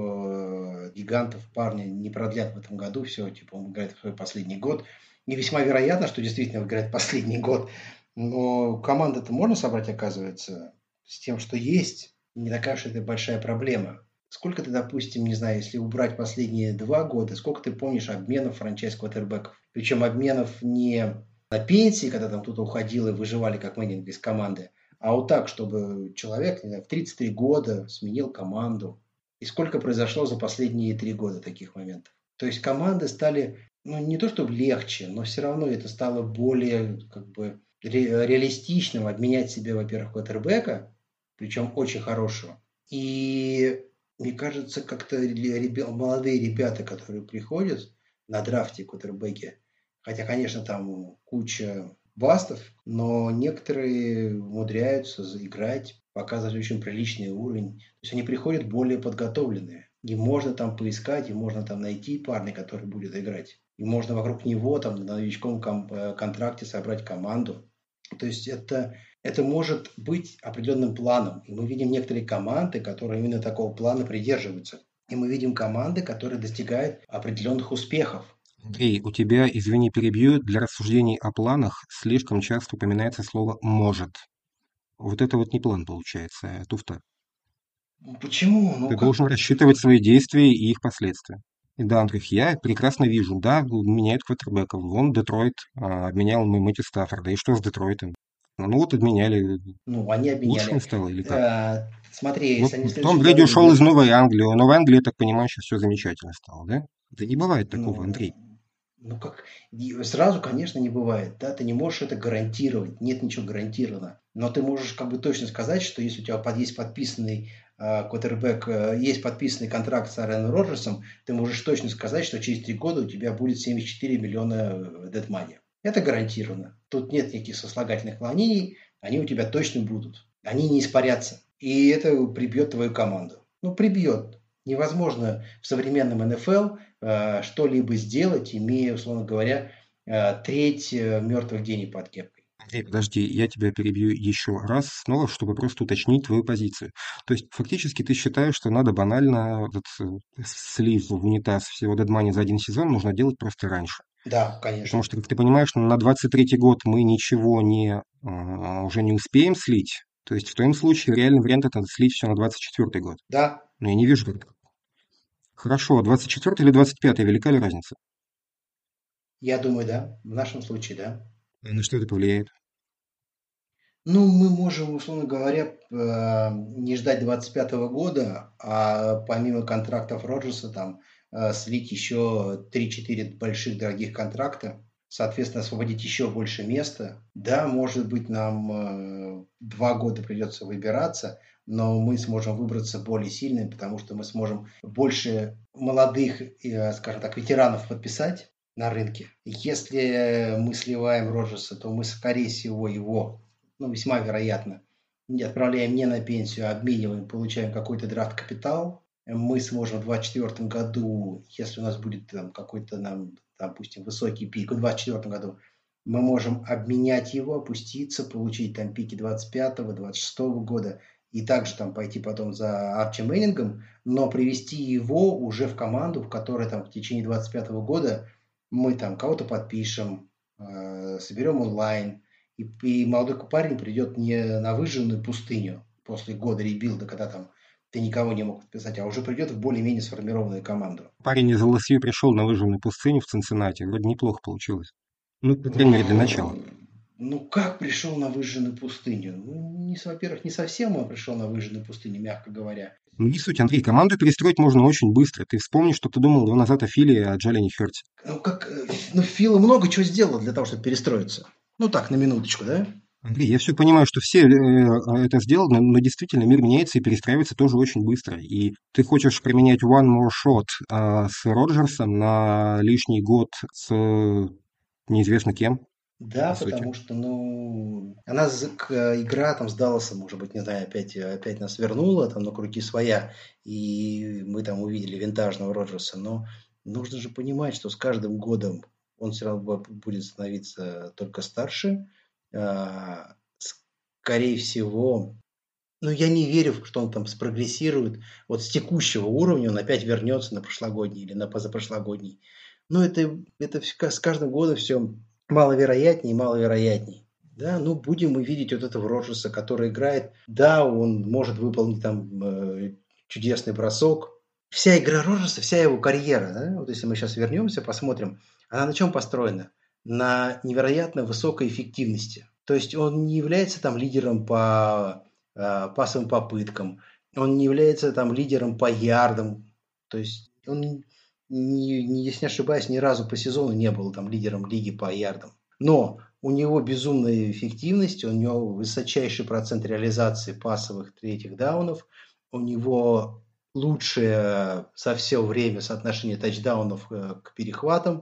что э, гигантов парня не продлят в этом году. Все, типа, он играет в свой последний год. И весьма вероятно, что действительно играет последний год. Но команду-то можно собрать, оказывается, с тем, что есть. Не такая уж это большая проблема. Сколько ты, допустим, не знаю, если убрать последние два года, сколько ты помнишь обменов франчайз-квотербеков? Причем обменов не на пенсии, когда там кто-то уходил и выживали, как Мэннинг из команды, а вот так, чтобы человек, не знаю, в тридцать три года сменил команду. И сколько произошло за последние три года таких моментов. То есть команды стали, ну, не то чтобы легче, но все равно это стало более, как бы, ре- реалистичным обменять себе, во-первых, квотербека, причем очень хорошего. И мне кажется, как-то ребя- молодые ребята, которые приходят на драфте квотербеки, хотя, конечно, там куча бастов, но некоторые умудряются играть, показывать очень приличный уровень. То есть они приходят более подготовленные. И можно там поискать, и можно там найти парня, который будет играть. И можно вокруг него там на новичковом ком- э, контракте собрать команду. То есть это Это может быть определенным планом. И мы видим некоторые команды, которые именно такого плана придерживаются. И мы видим команды, которые достигают определенных успехов. Андрей, у тебя, извини, перебью, для рассуждений о планах слишком часто упоминается слово «может». Вот это вот не план получается, а туфта. Почему? Ну Ты как? должен рассчитывать свои действия и их последствия. И да, Андрей, я прекрасно вижу, да, меняют квотербеков. Вон Детройт а, обменял Мэтью Стаффорда. И что с Детройтом? Ну вот обменяли. Ну, они Лучше он обменяли. стал или как? Э, Смотри, Ну, если они в Том следующем Брэди году ушел из не... Новой Англии. У Новой Англии, я так понимаю, сейчас все замечательно стало, да? Да не бывает такого, Ну, Андрей. ну как? И сразу, конечно, не бывает. Да, ты не можешь это гарантировать. Нет ничего гарантированного. Но ты можешь как бы точно сказать, что если у тебя под- есть подписанный э, квотербек, э, есть подписанный контракт с Аароном Роджерсом, ты можешь точно сказать, что через три года у тебя будет семьдесят четыре миллиона dead money. Это гарантированно. Тут нет никаких сослагательных наклонений. Они у тебя точно будут. Они не испарятся. И это прибьет твою команду. Ну, прибьет. Невозможно в современном эн эф эл э, что-либо сделать, имея, условно говоря, э, треть э, мертвых денег под кепкой. Андрей, подожди, я тебя перебью еще раз снова, чтобы просто уточнить твою позицию. То есть, фактически ты считаешь, что надо банально этот э, слив в унитаз всего дедмани за один сезон нужно делать просто раньше. Да, Потому конечно. что, как ты понимаешь, на двадцать третий год мы ничего не, а, уже не успеем слить. То есть в твоем случае реальный вариант это слить все на двадцать четвертый год. Да, Но я не вижу, как. Хорошо, двадцать четвертый или двадцать пятый, велика ли разница? я думаю, да. В нашем случае, да. И на что это повлияет? Ну, мы можем, условно говоря, э, не ждать двадцать пятого года, а помимо контрактов Роджерса там э, слить еще три-четыре больших дорогих контракта, соответственно, освободить еще больше места. Да, может быть, нам э, два года придется выбираться, но мы сможем выбраться более сильными, потому что мы сможем больше молодых, э, скажем так, ветеранов подписать на рынке. Если мы сливаем Роджерса, то мы, скорее всего, его, ну, весьма вероятно, не отправляем не на пенсию, а обмениваем, получаем какой-то драфт-капитал. Мы сможем в двадцать четвёртом году, если у нас будет там какой-то, нам, допустим, высокий пик, в двадцать четвёртом году, мы можем обменять его, опуститься, получить там пики двадцать пятого, двадцать шестого года и также там пойти потом за Арчи Мэннингом, но привести его уже в команду, в которой там в течение двадцать пятого года мы там кого-то подпишем, э, соберем онлайн, и, и молодой парень придет не на выжженную пустыню после года ребилда, когда там ты никого не мог подписать, а уже придет в более-менее сформированную команду. Парень из эл эс ю пришел на выжженную пустыню в Цинциннати. Вроде неплохо получилось. Ну, по крайней мере, для начала. Ну, как пришел на выжженную пустыню? Ну, не, во-первых, не совсем он пришел на выжженную пустыню, мягко говоря. Ну, не суть, Андрей, команду перестроить можно очень быстро. Ты вспомни, что ты думал два назад о Филе и о Джалене Хёрте. Ну, как, э, ну, Фила много чего сделал для того, чтобы перестроиться. Ну, так, на минуточку, да? Андрей, я все понимаю, что все э, это сделано, но действительно мир меняется и перестраивается тоже очень быстро. И ты хочешь применять one more shot а, с Роджерсом на лишний год с э, неизвестно кем, Да, по сути. потому что, ну, она з- к- э, игра там с Далласом, может быть, не знаю, опять, э, опять нас вернула там на круги своя, и мы там увидели винтажного Роджерса, но нужно же понимать, что с каждым годом он все равно бу- будет становиться только старше. А, Скорее всего, ну, я не верю, что он там спрогрессирует. Вот с текущего уровня он опять вернется на прошлогодний или на позапрошлогодний. Но это, это вс- с каждым годом все маловероятнее и маловероятнее. Да, ну будем мы видеть вот этого Роджерса, который играет. Да, он может выполнить там э, чудесный бросок. Вся игра Роджерса, вся его карьера, да, вот если мы сейчас вернемся, посмотрим, она на чем построена? На невероятно высокой эффективности. То есть он не является там лидером по э, пасовым попыткам, он не является там лидером по ярдам. То есть он, не, не, если не ошибаюсь, ни разу по сезону не был там лидером лиги по ярдам. Но у него безумная эффективность, у него высочайший процент реализации пасовых третьих даунов, у него лучшее за все время соотношение тачдаунов э, к перехватам.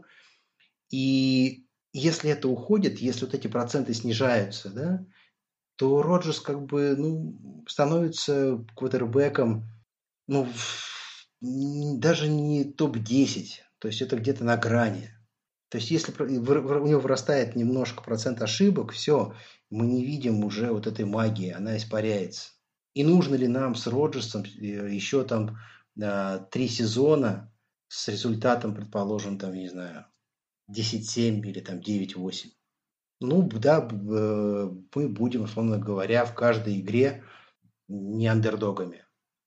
И если это уходит, если вот эти проценты снижаются, да, то Роджерс как бы ну, становится квотербеком, ну, в- н- даже не топ десять, то есть это где-то на грани. То есть если про- в- в- у него вырастает немножко процент ошибок, все, мы не видим уже вот этой магии, она испаряется. И нужно ли нам с Роджерсом э, еще там а, три сезона с результатом, предположим, там, не знаю, десять семь или там девять восемь? Ну да, б- э, мы будем, условно говоря, в каждой игре не андердогами.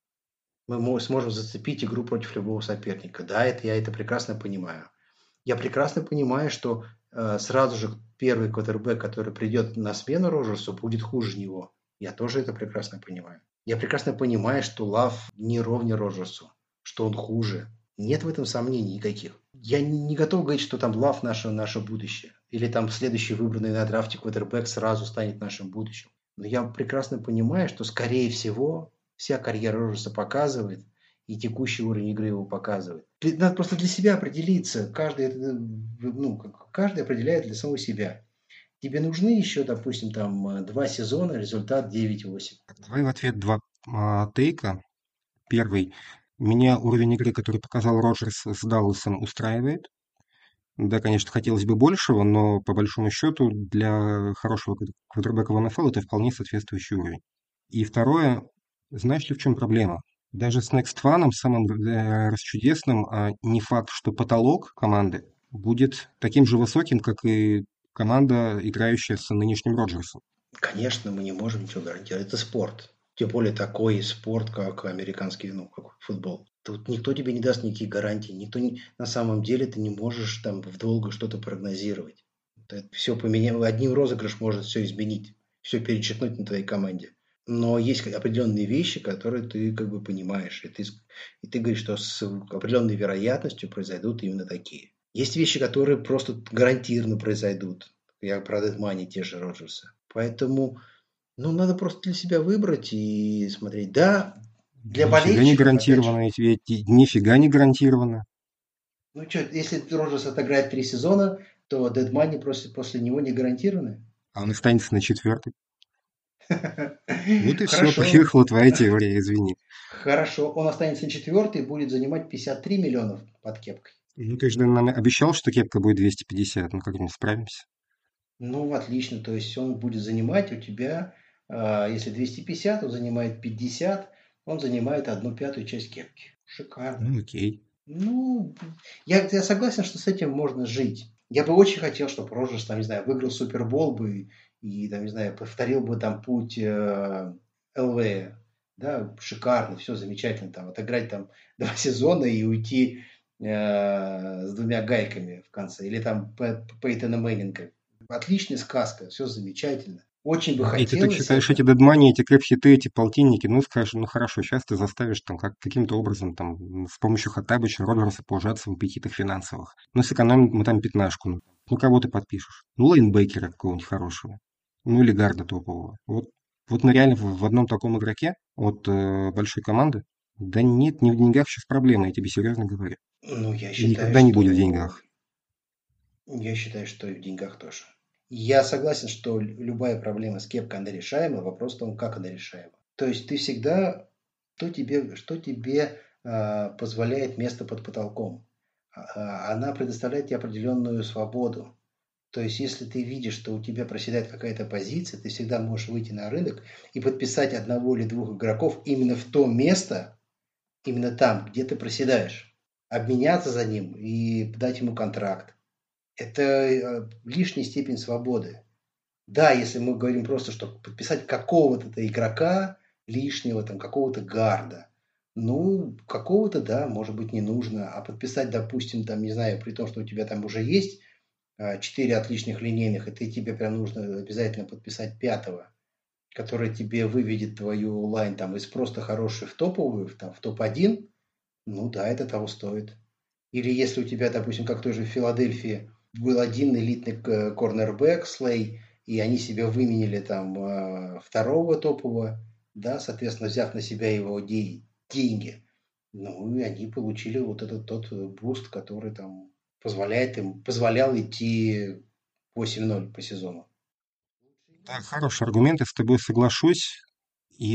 Мы мо- сможем зацепить игру против любого соперника. Да, это я это прекрасно понимаю. Я прекрасно понимаю, что э, сразу же первый квотербек, который придет на смену Роджерсу, будет хуже него. Я тоже это прекрасно понимаю. Я прекрасно понимаю, что Лав не ровня Роджерсу, что он хуже. Нет в этом сомнений никаких. Я не, не готов говорить, что там Лав наше, наше будущее. Или там следующий выбранный на драфте квотербек сразу станет нашим будущим. Но я прекрасно понимаю, что, скорее всего, вся карьера Роджерса показывает, и текущий уровень игры его показывает. Надо просто для себя определиться. Каждый, это, ну, каждый определяет для самого себя. Тебе нужны еще, допустим, там два сезона, результат девять восемь. Давай в ответ два а, тейка. Первый. Меня уровень игры, который показал Роджерс с Далласом, устраивает. Да, конечно, хотелось бы большего, но по большому счету для хорошего квотербека в эн эф эл это вполне соответствующий уровень. И второе, знаешь ли, в чем проблема? Даже с Next Fun, самым э, расчудесным, а не факт, что потолок команды будет таким же высоким, как и команда, играющая с нынешним Роджерсом. Конечно, мы не можем ничего гарантировать. Это спорт. Тем более такой спорт, как американский, ну, как футбол. Тут никто тебе не даст никаких гарантий. Никто не, на самом деле ты не можешь там вдолго что-то прогнозировать. Это все поменять. Одним розыгрыш может все изменить, все перечеркнуть на твоей команде. Но есть определенные вещи, которые ты как бы понимаешь. И ты, и ты говоришь, что с определенной вероятностью произойдут именно такие. Есть вещи, которые просто гарантированно произойдут. Я про Дедмани те же Роджерса. Поэтому, ну, надо просто для себя выбрать и смотреть. Да, для Нифига не болельщиков, опять же. гарантированно, эти- эти- нифига не гарантированно. Ну, что, если Роджерс отыграет три сезона, то Дедмани после, после него не гарантированы. А он останется на четвертый. Вот и все, Хорошо, поехала твоя теория, извини. хорошо. Он останется на четвертый и будет занимать пятьдесят три миллионов под кепкой. Ну, ты же нам обещал, что кепка будет двести пятьдесят. Ну, как-нибудь справимся. Ну, отлично. То есть он будет занимать у тебя, а, если двести пятьдесят, он занимает пятьдесят, он занимает одну пятую часть кепки. Шикарно. Ну, окей. Ну, я, я согласен, что с этим можно жить. Я бы очень хотел, чтобы Роджерс, там, не знаю, выиграл Супербол бы и, там, не знаю, повторил бы там путь э, Элвея. Да, шикарно, все замечательно. Там, отыграть там два сезона и уйти э, с двумя гайками в конце. Или там Пэ- Пейтона Мэннинга. Отличная сказка, все замечательно. Очень бы Окей, ты так хотелось считаешь эти это. дедмани, эти крэп-хиты, эти полтинники, ну, скажешь, ну, хорошо, сейчас ты заставишь там как, каким-то образом там м, с помощью Хаттабыча, Роджерса поужаться в аппетитах финансовых. Ну, сэкономим мы там пятнашку. Ну, ну, кого ты подпишешь? Ну, лейнбекера какого-нибудь хорошего. Ну, или гарда топового. Вот, вот мы реально в, в одном таком игроке от э, большой команды? Да нет, не в деньгах сейчас проблема, я тебе серьезно говорю. Ну, я И считаю, никогда не будет в что деньгах. Я считаю, что и в деньгах тоже. Я согласен, что любая проблема с кепкой, она решаема. Вопрос в том, как она решаема. То есть ты всегда, что тебе, что тебе а, позволяет место под потолком. А, а, Она предоставляет тебе определенную свободу. То есть, если ты видишь, что у тебя проседает какая-то позиция, ты всегда можешь выйти на рынок и подписать одного или двух игроков именно в то место, именно там, где ты проседаешь. Обменяться за ним и дать ему контракт. Это э, лишняя степень свободы. Да, если мы говорим просто, что подписать какого-то игрока лишнего, там, какого-то гарда, ну, какого-то, да, может быть, не нужно. А подписать, допустим, там, не знаю, при том, что у тебя там уже есть а, четыре отличных линейных, и ты, тебе прям нужно обязательно подписать пятого, который тебе выведет твою лайн там из просто хорошей в топовую, в, там, в топ один, ну да, это того стоит. Или если у тебя, допустим, как тоже в Филадельфии, был один элитный корнербэк, Слей, и они себе выменили там э, второго топового, да, соответственно, взяв на себя его де- деньги. Ну, и они получили вот этот тот буст, который там позволяет им, позволял идти восемь ноль по сезону. Так, хороший аргумент, я с тобой соглашусь. И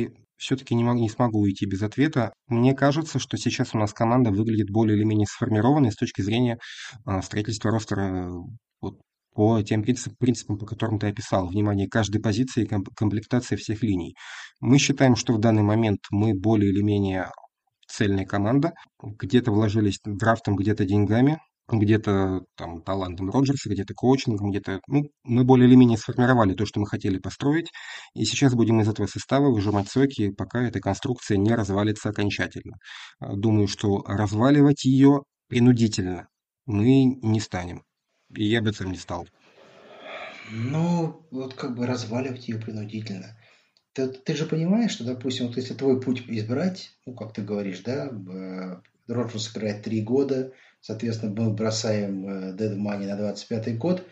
все-таки не, мог- не смогу уйти без ответа. Мне кажется, что сейчас у нас команда выглядит более или менее сформированной с точки зрения а, строительства ростера, э, вот, по тем принцип- принципам, по которым ты описал. Внимание каждой позиции и ком- комплектация всех линий. Мы считаем, что в данный момент мы более или менее цельная команда. Где-то вложились драфтом, где-то деньгами, где-то там талантом Роджерса, где-то коучингом, где-то... Ну, мы более или менее сформировали то, что мы хотели построить, и сейчас будем из этого состава выжимать соки, пока эта конструкция не развалится окончательно. А, Думаю, что разваливать ее принудительно мы не станем. И я бы сам не стал. Ну, вот как бы разваливать ее принудительно. Ты, ты же понимаешь, что, допустим, вот если твой путь избрать, ну, как ты говоришь, да, э, Роджерс играет три года, соответственно, мы бросаем э, Dead Money на двадцать пятый год,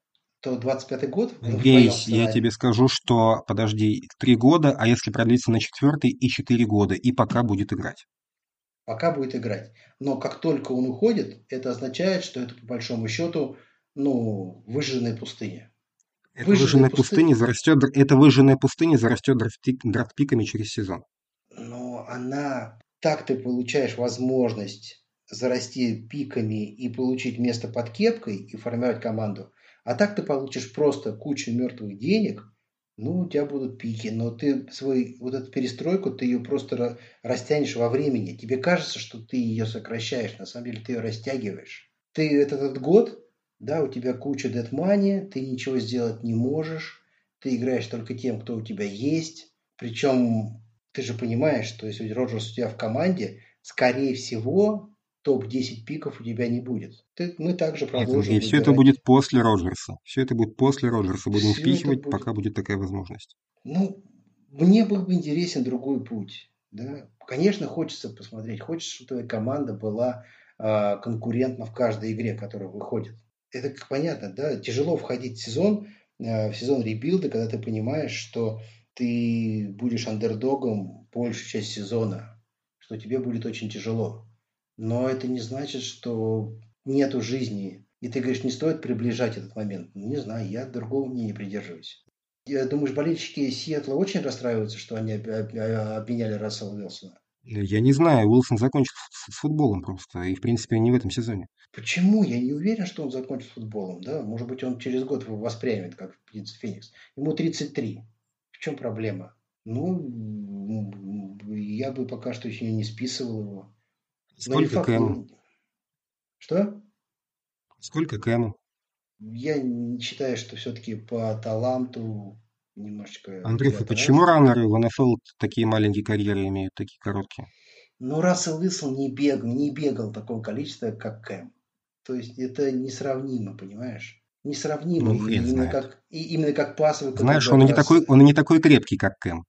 то двадцать пятый год в, в Андрей, твоем я сценарии тебе скажу, что подожди, три года, а если продлится на четвертый и четыре года, и пока будет играть. пока будет играть. Но как только он уходит, это означает, что это по большому счету, ну, выжженная пустыня. Эта Выжженная выжженная пустыня, пустыня зарастет, эта выжженная пустыня зарастет драфтпик- драфтпиками через сезон. но она, так ты получаешь возможность зарасти пиками и получить место под кепкой и формировать команду. А так ты получишь просто кучу мертвых денег, ну, у тебя будут пики, но ты свой, вот эту перестройку, ты ее просто ра- растянешь во времени. Тебе кажется, что ты ее сокращаешь, на самом деле ты ее растягиваешь. Ты этот, этот год, да, у тебя куча dead money, ты ничего сделать не можешь, ты играешь только тем, кто у тебя есть, причем ты же понимаешь, что если Роджерс у тебя в команде, скорее всего, топ десять пиков у тебя не будет. Ты, мы также Нет, продолжим Андрей, все это выбирать. будет после Роджерса. Все это будет после Роджерса. Будем Все это впихивать, будет. пока будет такая возможность. Ну, мне был бы интересен другой путь. Да? Конечно, хочется посмотреть. Хочется, чтобы твоя команда была а, конкурентна в каждой игре, которая выходит. Это как понятно, да? Тяжело входить в сезон, а, в сезон ребилда, когда ты понимаешь, что ты будешь андердогом большую часть сезона, что тебе будет очень тяжело. Но это не значит, что нету жизни. И ты говоришь, не стоит приближать этот момент. Ну, не знаю, я другого мнения придерживаюсь. Я думаешь, болельщики Сиэтла очень расстраиваются, что они об- об- обменяли Рассела Уилсона? Я не знаю, Уилсон закончил с с футболом просто, и в принципе не в этом сезоне. Почему? Я не уверен, что он закончит футболом. Да? Может быть, он через год его воспрянет, как Принц Феникс. Ему тридцать три. В чем проблема? Ну, м, я бы пока что еще не списывал его. Но не Сколько факт. Кэму? Не... Что? Сколько Кэму? Я не считаю, что все-таки по таланту немножечко Андрюха, ребята почему разные. раннеры в эн эф эл такие маленькие карьеры имеют, такие короткие? Но Рассел Уилсон не бегал, не бегал такого количества, как Кэм. То есть это несравнимо, понимаешь? Несравнимо. Ну, И хрен именно знает. как, и именно как пасовый Знаешь, он квотербек и не раз... такой, он и не такой крепкий, как Кэм.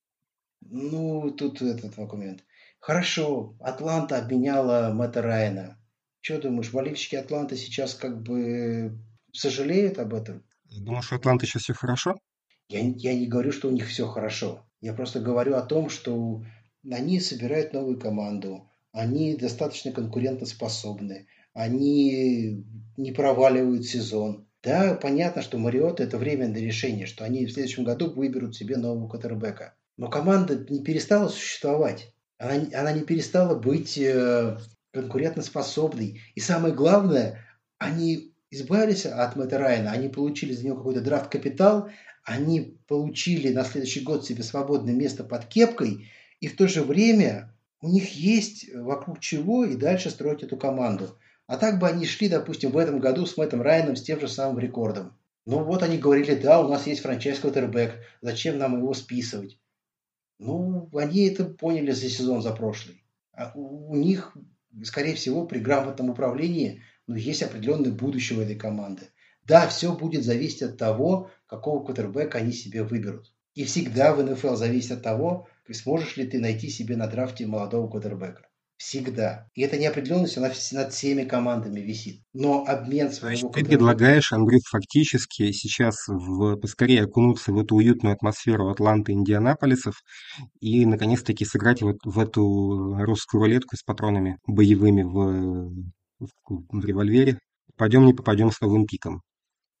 Ну, тут этот момент. Хорошо, Атланта обменяла Мэтта Райана. Что думаешь, болельщики Атланты сейчас как бы сожалеют об этом? Думаешь, у Атланты сейчас все хорошо? Я, не- я не говорю, что у них все хорошо. Я просто говорю о том, что они собирают новую команду, они достаточно конкурентоспособны, они не проваливают сезон. Да, понятно, что Мариотта это временное решение, что они в следующем году выберут себе нового квотербека. Но команда не перестала существовать. Она, не- она не перестала быть э, конкурентоспособной. И самое главное, они избавились от Мэтта Райана, они получили за него какой-то драфт-капитал, они получили на следующий год себе свободное место под кепкой, и в то же время у них есть вокруг чего и дальше строить эту команду. А так бы они шли, допустим, в этом году с Мэттом Райаном с тем же самым рекордом. Ну вот они говорили, да, у нас есть франчайз-квотербек, зачем нам его списывать? Ну, они это поняли за сезон, за прошлый. А у, у них, скорее всего, при грамотном управлении, ну, есть определенное будущее у этой команды. Да, все будет зависеть от того, какого квотербека они себе выберут. И всегда в эн эф эл зависит от того, сможешь ли ты найти себе на драфте молодого квотербека. Всегда. И эта неопределенность, она над всеми командами висит. Но обмен То есть своего ты квотербека... предлагаешь, Андрюх, фактически сейчас в, поскорее окунуться в эту уютную атмосферу Атланты и Индианаполисов и, наконец-таки, сыграть вот в эту русскую рулетку с патронами боевыми в, в, в револьвере. Пойдем, не попадем с новым пиком.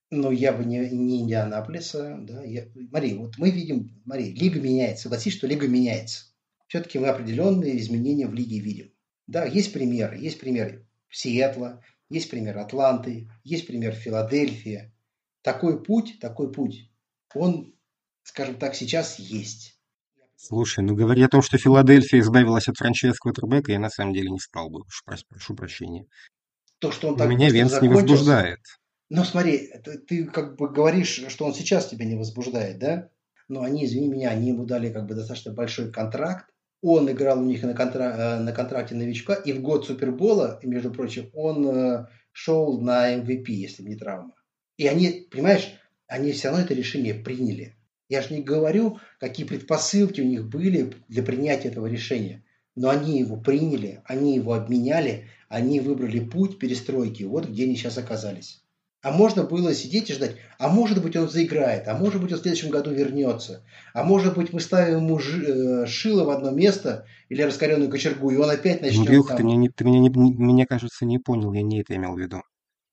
Ну, я бы не, не Индианаполиса, да. Я, смотри, вот мы видим, смотри, лига меняется. Согласись, что лига меняется. Все-таки мы определенные изменения в лиге видим. Да, есть примеры. Есть пример Сиэтла, есть пример Атланты, есть пример Филадельфия. Такой путь, такой путь, он, скажем так, сейчас есть. Слушай, ну говоря о том, что Филадельфия избавилась от франчайз квотербека, я на самом деле не стал бы, уж прос- прошу прощения. То, что он Но так меня быстро Венс не закончился. возбуждает. Ну, смотри, ты, ты как бы говоришь, что он сейчас тебя не возбуждает, да? Но они, извини меня, они ему дали как бы достаточно большой контракт. Он играл у них на, контра- э, на контракте новичка, и в год Супербола, и, между прочим, он э, шел на эм ви пи, если бы не травма. И они, понимаешь, они все равно это решение приняли. Я же не говорю, какие предпосылки у них были для принятия этого решения. Но они его приняли, они его обменяли, они выбрали путь перестройки. Вот где они сейчас оказались. А можно было сидеть и ждать, а может быть он заиграет, а может быть он в следующем году вернется, а может быть мы ставим ему жи- э, шило в одно место или раскаленную кочергу, и он опять начнет Андрюха, ты меня, там. не, ты меня, не, не- меня, кажется, не понял, я не это имел в виду.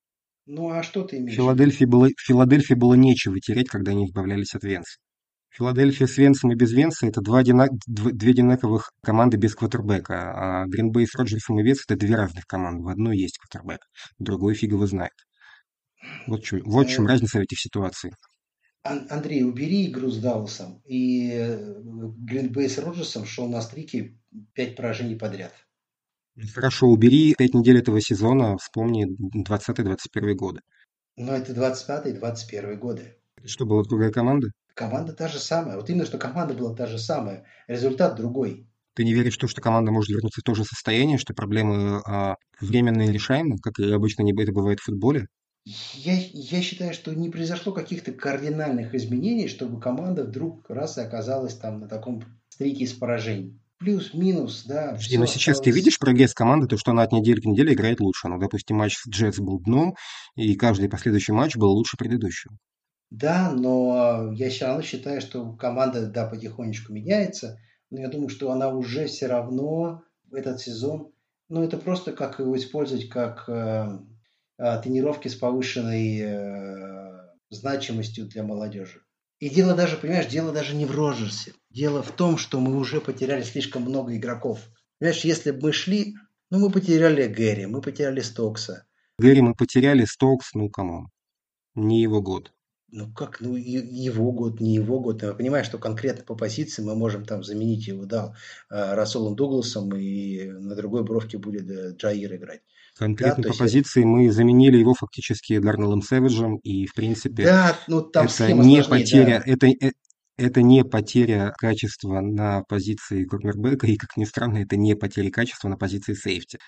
Ну а что ты В имеешь в виду? Филадельфии было, в Филадельфии было нечего терять, когда они избавлялись от Венса. Филадельфия с Венсом и без Венса — это два одина- дв- две одинаковых команды без квотербека, а Грин-Бей с Роджерсом и Венс — это две разных команды. В одной есть квотербек, в другой фиг его знает. Вот, чё- вот в чем Э, разница в этих ситуациях. Ан- Андрей, убери игру с Далласом. И Гринбей с Роджерсом шел на стрике пять поражений подряд. Хорошо, убери пять недель этого сезона, вспомни двадцатый-двадцать первый годы. Но это двадцать пятый двадцать первый годы. Это что, была другая команда? Команда та же самая. Вот именно, что команда была та же самая. Результат другой. Ты не веришь в то, что команда может вернуться в то же состояние, что проблемы а, временно решаемы, как и обычно не это бывает в футболе? Я, я считаю, что не произошло каких-то кардинальных изменений, чтобы команда вдруг раз и оказалась там на таком стрике из поражений. Плюс-минус, да, Подожди, но все сейчас ты осталось. видишь прогресс команды, то, что она от недели к неделе играет лучше. Ну, допустим, матч с Джетс был дном, и каждый последующий матч был лучше предыдущего. Да, но я все равно считаю, что команда, да, потихонечку меняется, но я думаю, что она уже все равно в этот сезон, ну, это просто как его использовать как э, э, тренировки с повышенной э, значимостью для молодежи. И дело даже, понимаешь, дело даже не в Роджерсе. Дело в том, что мы уже потеряли слишком много игроков. Понимаешь, если бы мы шли, ну, мы потеряли Гэри, мы потеряли Стокса. Гэри мы потеряли, Стокс, ну, камон, не его год. Ну как, ну и- его год, не его год. Я понимаю, что конкретно по позиции мы можем там заменить его, да, э, Расселом Дугласом, и на другой бровке будет э, Джаир играть. Да, Конкретно то по есть, э, позиции мы заменили его фактически Дарнеллом Сэвиджем, и, в принципе, да, ну там это схема не сложнее, потеря, да. это, э- это не потеря качества на позиции корнербека, и, как ни странно, это не потеря качества на позиции сейфти.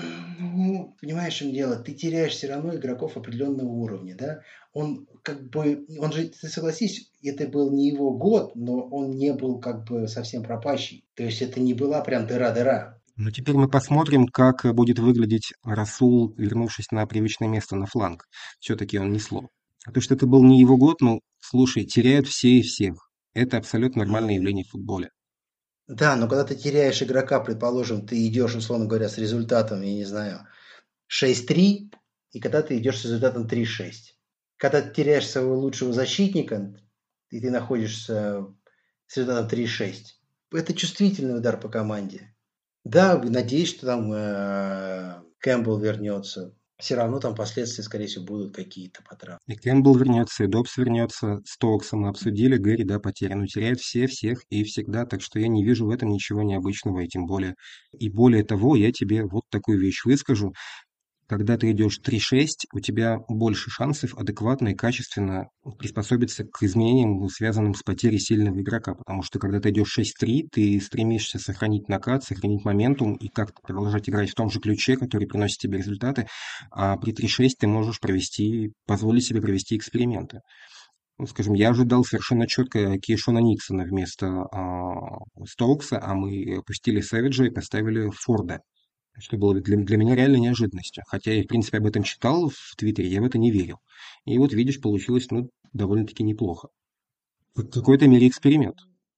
Ну, понимаешь, в чем дело, ты теряешь все равно игроков определенного уровня, да. Он как бы, он же, ты согласись, это был не его год, но он не был как бы совсем пропащий. То есть это не была прям дыра-дыра. Но теперь мы посмотрим, как будет выглядеть Расул, вернувшись на привычное место на фланг. Все-таки он несло. А то, что это был не его год, ну, слушай, теряют все и всех. Это абсолютно нормальное Ну, явление в футболе. да, но когда ты теряешь игрока, предположим, ты идешь, условно говоря, с результатом, я не знаю, шесть-три, и когда ты идешь с результатом три-шесть. Когда ты теряешь своего лучшего защитника, и ты находишься с результатом три-шесть, это чувствительный удар по команде. Да, надеюсь, что там э, Кэмпбелл вернется. Все равно там последствия, скорее всего, будут какие-то по травме. И Кэмпбелл вернется, и Добс вернется, Стоукса мы обсудили, Гэри, да, потерян. Но теряют все, всех и всегда, так что я не вижу в этом ничего необычного, и тем более. И более того, я тебе вот такую вещь выскажу. Когда ты идешь три шесть, у тебя больше шансов адекватно и качественно приспособиться к изменениям, связанным с потерей сильного игрока. Потому что когда ты идешь шесть три, ты стремишься сохранить накат, сохранить моментум и как-то продолжать играть в том же ключе, который приносит тебе результаты. А при три шесть ты можешь провести, позволить себе провести эксперименты. Ну, скажем, я ожидал совершенно четко Кейшона Никсона вместо а, Стоукса, а мы опустили Сэвиджа и поставили Форда, что было для, для меня реальной неожиданностью. Хотя я, в принципе, об этом читал в Твиттере, я в это не верил. И вот, видишь, получилось, ну, довольно-таки неплохо. В какой-то мере эксперимент.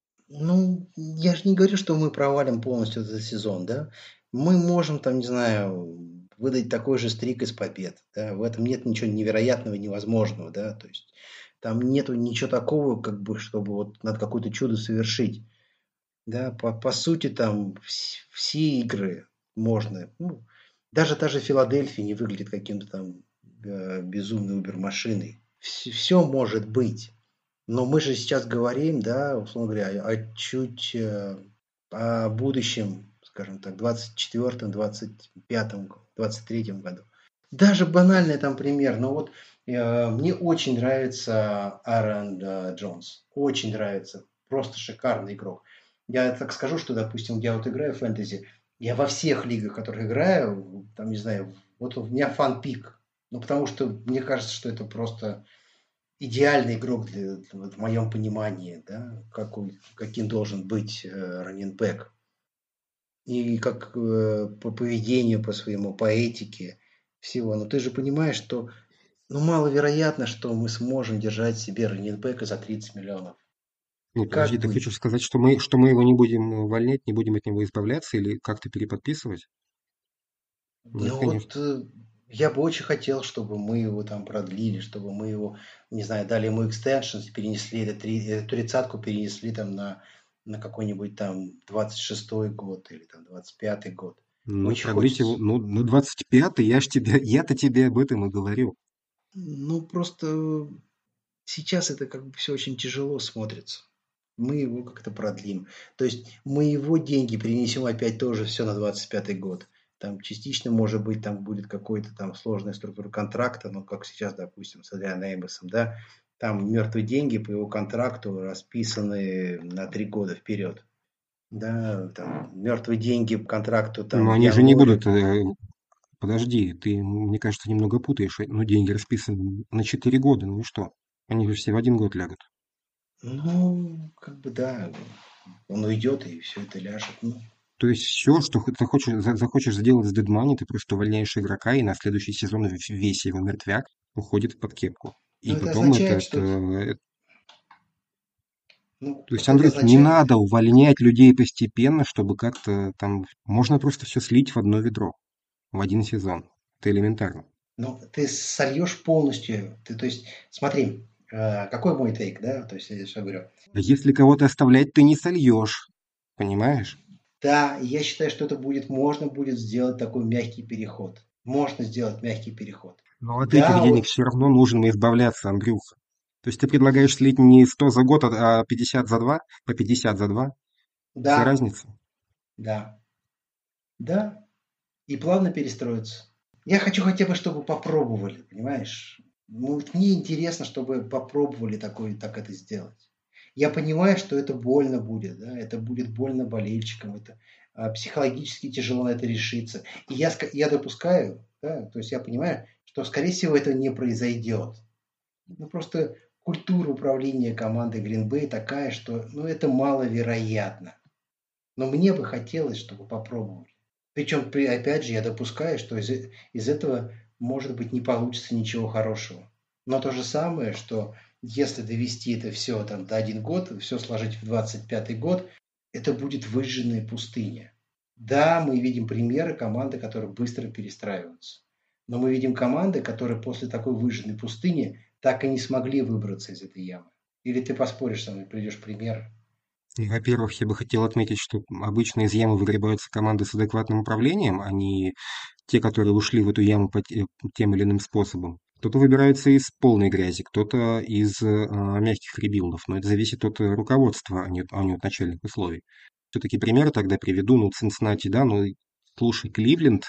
Ну, я же не говорю, что мы провалим полностью этот сезон, да. Мы можем там, не знаю, выдать такой же стрик из побед. Да? В этом нет ничего невероятного, невозможного. Да? То есть там нету ничего такого, как бы, чтобы вот надо какое-то чудо совершить. Да? По, по сути, там вс- все игры можно. Ну, даже та же Филадельфия не выглядит каким-то там э, безумной убер-машиной. Все может быть. Но мы же сейчас говорим, да, условно говоря, о чуть э, о будущем, скажем так, двадцать четвёртом, двадцать пятом, двадцать третьем году. Даже банальный там пример, но вот э, мне очень нравится Аарон э, Джонс. Очень нравится. Просто шикарный игрок. Я так скажу, что, допустим, я вот играю в фэнтези, я во всех лигах, в которых играю, там, не знаю, вот у меня фан-пик. Ну, потому что мне кажется, что это просто идеальный игрок для, для- вот в моем понимании, да, какой, каким должен быть э, раннинг-бэк. И как э, по поведению, по своему, по этике всего. Но ты же понимаешь, что ну, маловероятно, что мы сможем держать себе раннинг-бэка за тридцать миллионов. Не, подожди, Как ты бы, хочешь сказать, что мы, что мы его не будем увольнять, не будем от него избавляться или как-то переподписывать? Нет, ну конечно. вот э, я бы очень хотел, чтобы мы его там продлили, чтобы мы его, не знаю, дали ему экстеншн, перенесли эту три- эту тридцатку, перенесли там на, на какой-нибудь там двадцать шестой год или там двадцать пятый год. Ну, Очень продлить его, хочется. ну, на двадцать пятый, я ж тебе, я-то тебе об этом и говорю. Ну, просто сейчас это как бы все очень тяжело смотрится. Мы его как-то продлим. То есть мы его деньги перенесем опять тоже все на двадцать пятый год. Там частично, может быть, там будет какой-то там сложная структура контракта, ну, как сейчас, допустим, с Адрианом Эймосом, да, там мертвые деньги по его контракту расписаны на три года вперед. Да, там мертвые деньги по контракту там Но в они же не январе. будут... э, Подожди, ты, мне кажется, немного путаешь. Ну, деньги расписаны на четыре года, ну и что? Они же все в один год лягут. Ну, как бы да, он уйдет и все это ляжет. Ну, То есть все, что хо- ты хочешь, за- захочешь сделать с дедмани, ты просто увольняешь игрока, и на следующий сезон в- весь его мертвяк уходит под кепку. ну И это потом это, означает, что... это, э, Ну, То есть, просто это Андрюх, не означает... надо увольнять людей постепенно, чтобы как-то там... Можно просто все слить в одно ведро, в один сезон. Это элементарно. Ну, ты сольешь полностью. Ты, то есть, смотри, э, какой мой тейк, да? То есть, я что говорю. А если кого-то оставлять, ты не сольешь. Понимаешь? Да, я считаю, что это будет, можно будет сделать такой мягкий переход. Можно сделать мягкий переход. Но от этих Да, денег вот, все равно нужно избавляться, Андрюха. То есть ты предлагаешь слить не сто за год, а пятьдесят за два, по пятьдесят за два. За да, разницу. да, да. И плавно перестроиться. Я хочу хотя бы, чтобы попробовали, понимаешь? Ну, вот мне интересно, чтобы попробовали такое, так это сделать. Я понимаю, что это больно будет, да, это будет больно болельщикам, это а, психологически тяжело на это решиться. И я, ска- я допускаю, да, то есть я понимаю, что, скорее всего, это не произойдет. Ну, просто культура управления командой Green Bay такая, что, ну, это маловероятно. Но мне бы хотелось, чтобы попробовали. Причем, при, опять же, я допускаю, что из, из этого, может быть, не получится ничего хорошего. Но то же самое, что если довести это все там, до один год, все сложить в двадцать пятый год, это будет выжженная пустыня. Да, мы видим примеры команды, которые быстро перестраиваются. Но мы видим команды, которые после такой выжженной пустыни так и не смогли выбраться из этой ямы. Или ты поспоришь со мной, приведешь пример? И, Во-первых, я бы хотел отметить, что обычно из ямы выгребаются команды с адекватным управлением, а не те, которые ушли в эту яму по те- тем или иным способом. Кто-то выбирается из полной грязи, кто-то из э, мягких ребилдов, но это зависит от э, руководства, а не, а не от начальных условий. Все-таки примеры тогда приведу, ну, Цинциннати, да, ну, слушай, Кливленд,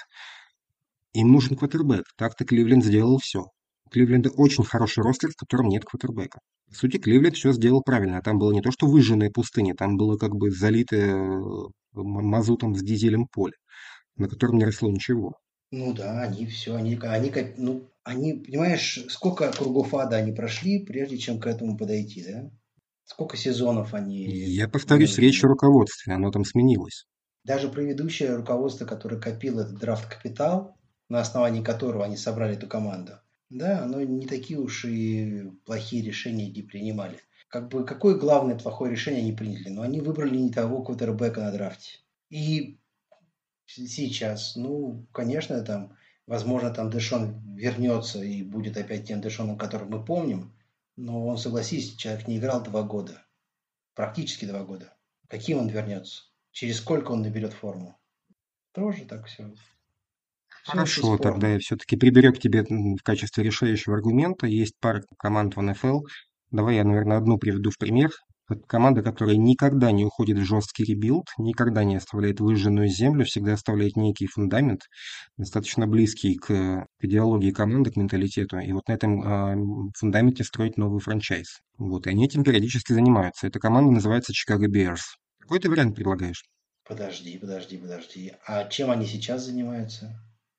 им нужен квотербек, так-то Кливленд сделал все. У Кливленда очень хороший ростер, в котором нет квотербека. По сути, Кливленд все сделал правильно. Там было не то, что выжженная пустыня, там было как бы залитое э, м- мазутом с дизелем поле, на котором не росло ничего. Ну да, они все, они, они, как- ну, они, понимаешь, сколько кругов ада они прошли, прежде чем к этому подойти, да? Сколько сезонов они Я повторюсь, речь о вынуждены. руководстве, оно там сменилось. Даже предыдущее руководство, которое копило этот драфт-капитал, на основании которого они собрали эту команду, да, оно не такие уж и плохие решения не принимали. Как бы, какое главное плохое решение они приняли? Но они выбрали не того квотербека на драфте. И сейчас, ну, конечно, там Возможно, там Дэшон вернется и будет опять тем Дэшоном, которого мы помним. Но он, согласись, человек не играл два года. Практически два года. Каким он вернется? Через сколько он наберет форму? Тоже так все. Все очень Хорошо, тогда спорно. я все-таки приберег тебе м, в качестве решающего аргумента. Есть пара команд в эн эф эл. Давай я, наверное, одну приведу в пример. Это команда, которая никогда не уходит в жесткий ребилд, никогда не оставляет выжженную землю, всегда оставляет некий фундамент, достаточно близкий к, к идеологии команды, к менталитету. И вот на этом а, м, фундаменте строить новый франчайз. Вот, и они этим периодически занимаются. Эта команда называется Chicago Bears. Какой ты вариант предлагаешь? Подожди, подожди, подожди. А чем они сейчас занимаются?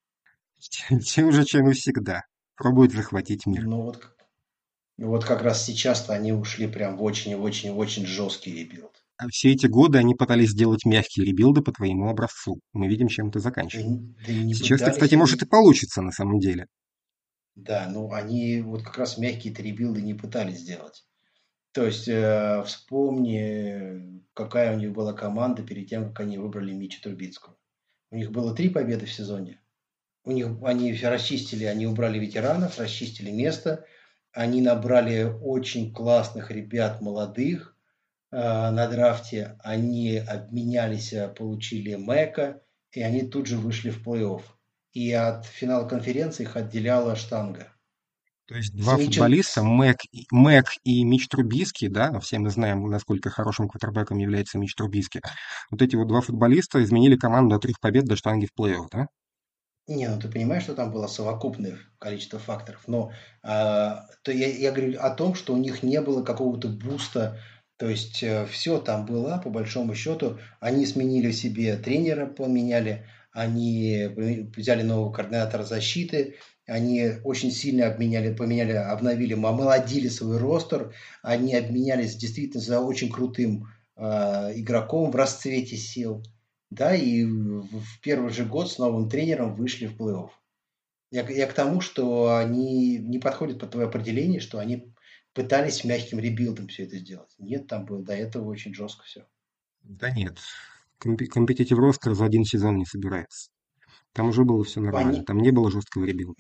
Тем же, чем и всегда. Пробуют захватить мир. Ну вот, вот как раз сейчас-то они ушли прям в очень-очень-очень жесткий ребилд. А все эти годы они пытались сделать мягкие ребилды по твоему образцу. Мы видим, чем это Да, заканчивает. н- да не Сейчас-то, пытались кстати, может и они. получится на самом деле. Да, ну они вот как раз мягкие ребилды не пытались сделать. То есть э, вспомни, какая у них была команда перед тем, как они выбрали Митча Трубицкого. У них было три победы в сезоне. У них они расчистили, они убрали ветеранов, расчистили место. Они набрали очень классных ребят, молодых э, на драфте. Они обменялись, э, получили Мэка, и они тут же вышли в плей-офф. И от финала конференции их отделяла штанга. То есть С два Митчем, футболиста, с- Мэг, и- Мэг и Мич Трубиски, да, все мы знаем, насколько хорошим квотербеком является Мич Трубиски. Вот эти вот два футболиста изменили команду от трех побед до штанги в плей-офф, да? Не, ну ты понимаешь, что там было совокупное количество факторов, но а, то я, я говорю о том, что у них не было какого-то буста, то есть все там было, по большому счету, они сменили себе тренера, поменяли, они взяли нового координатора защиты, они очень сильно обменяли, поменяли, обновили, омолодили свой ростер, они обменялись действительно за очень крутым а, игроком в расцвете сил. Да, и в в первый же год с новым тренером вышли в плей-офф. Я, к- я к тому, что они не подходят под твое определение, что они пытались мягким ребилдом все это сделать. Нет, там было до этого очень жестко все. Да нет. Компи- Компетитив ростер за один сезон не собирается. Там уже было все нормально. Они Там не было жесткого ребилда.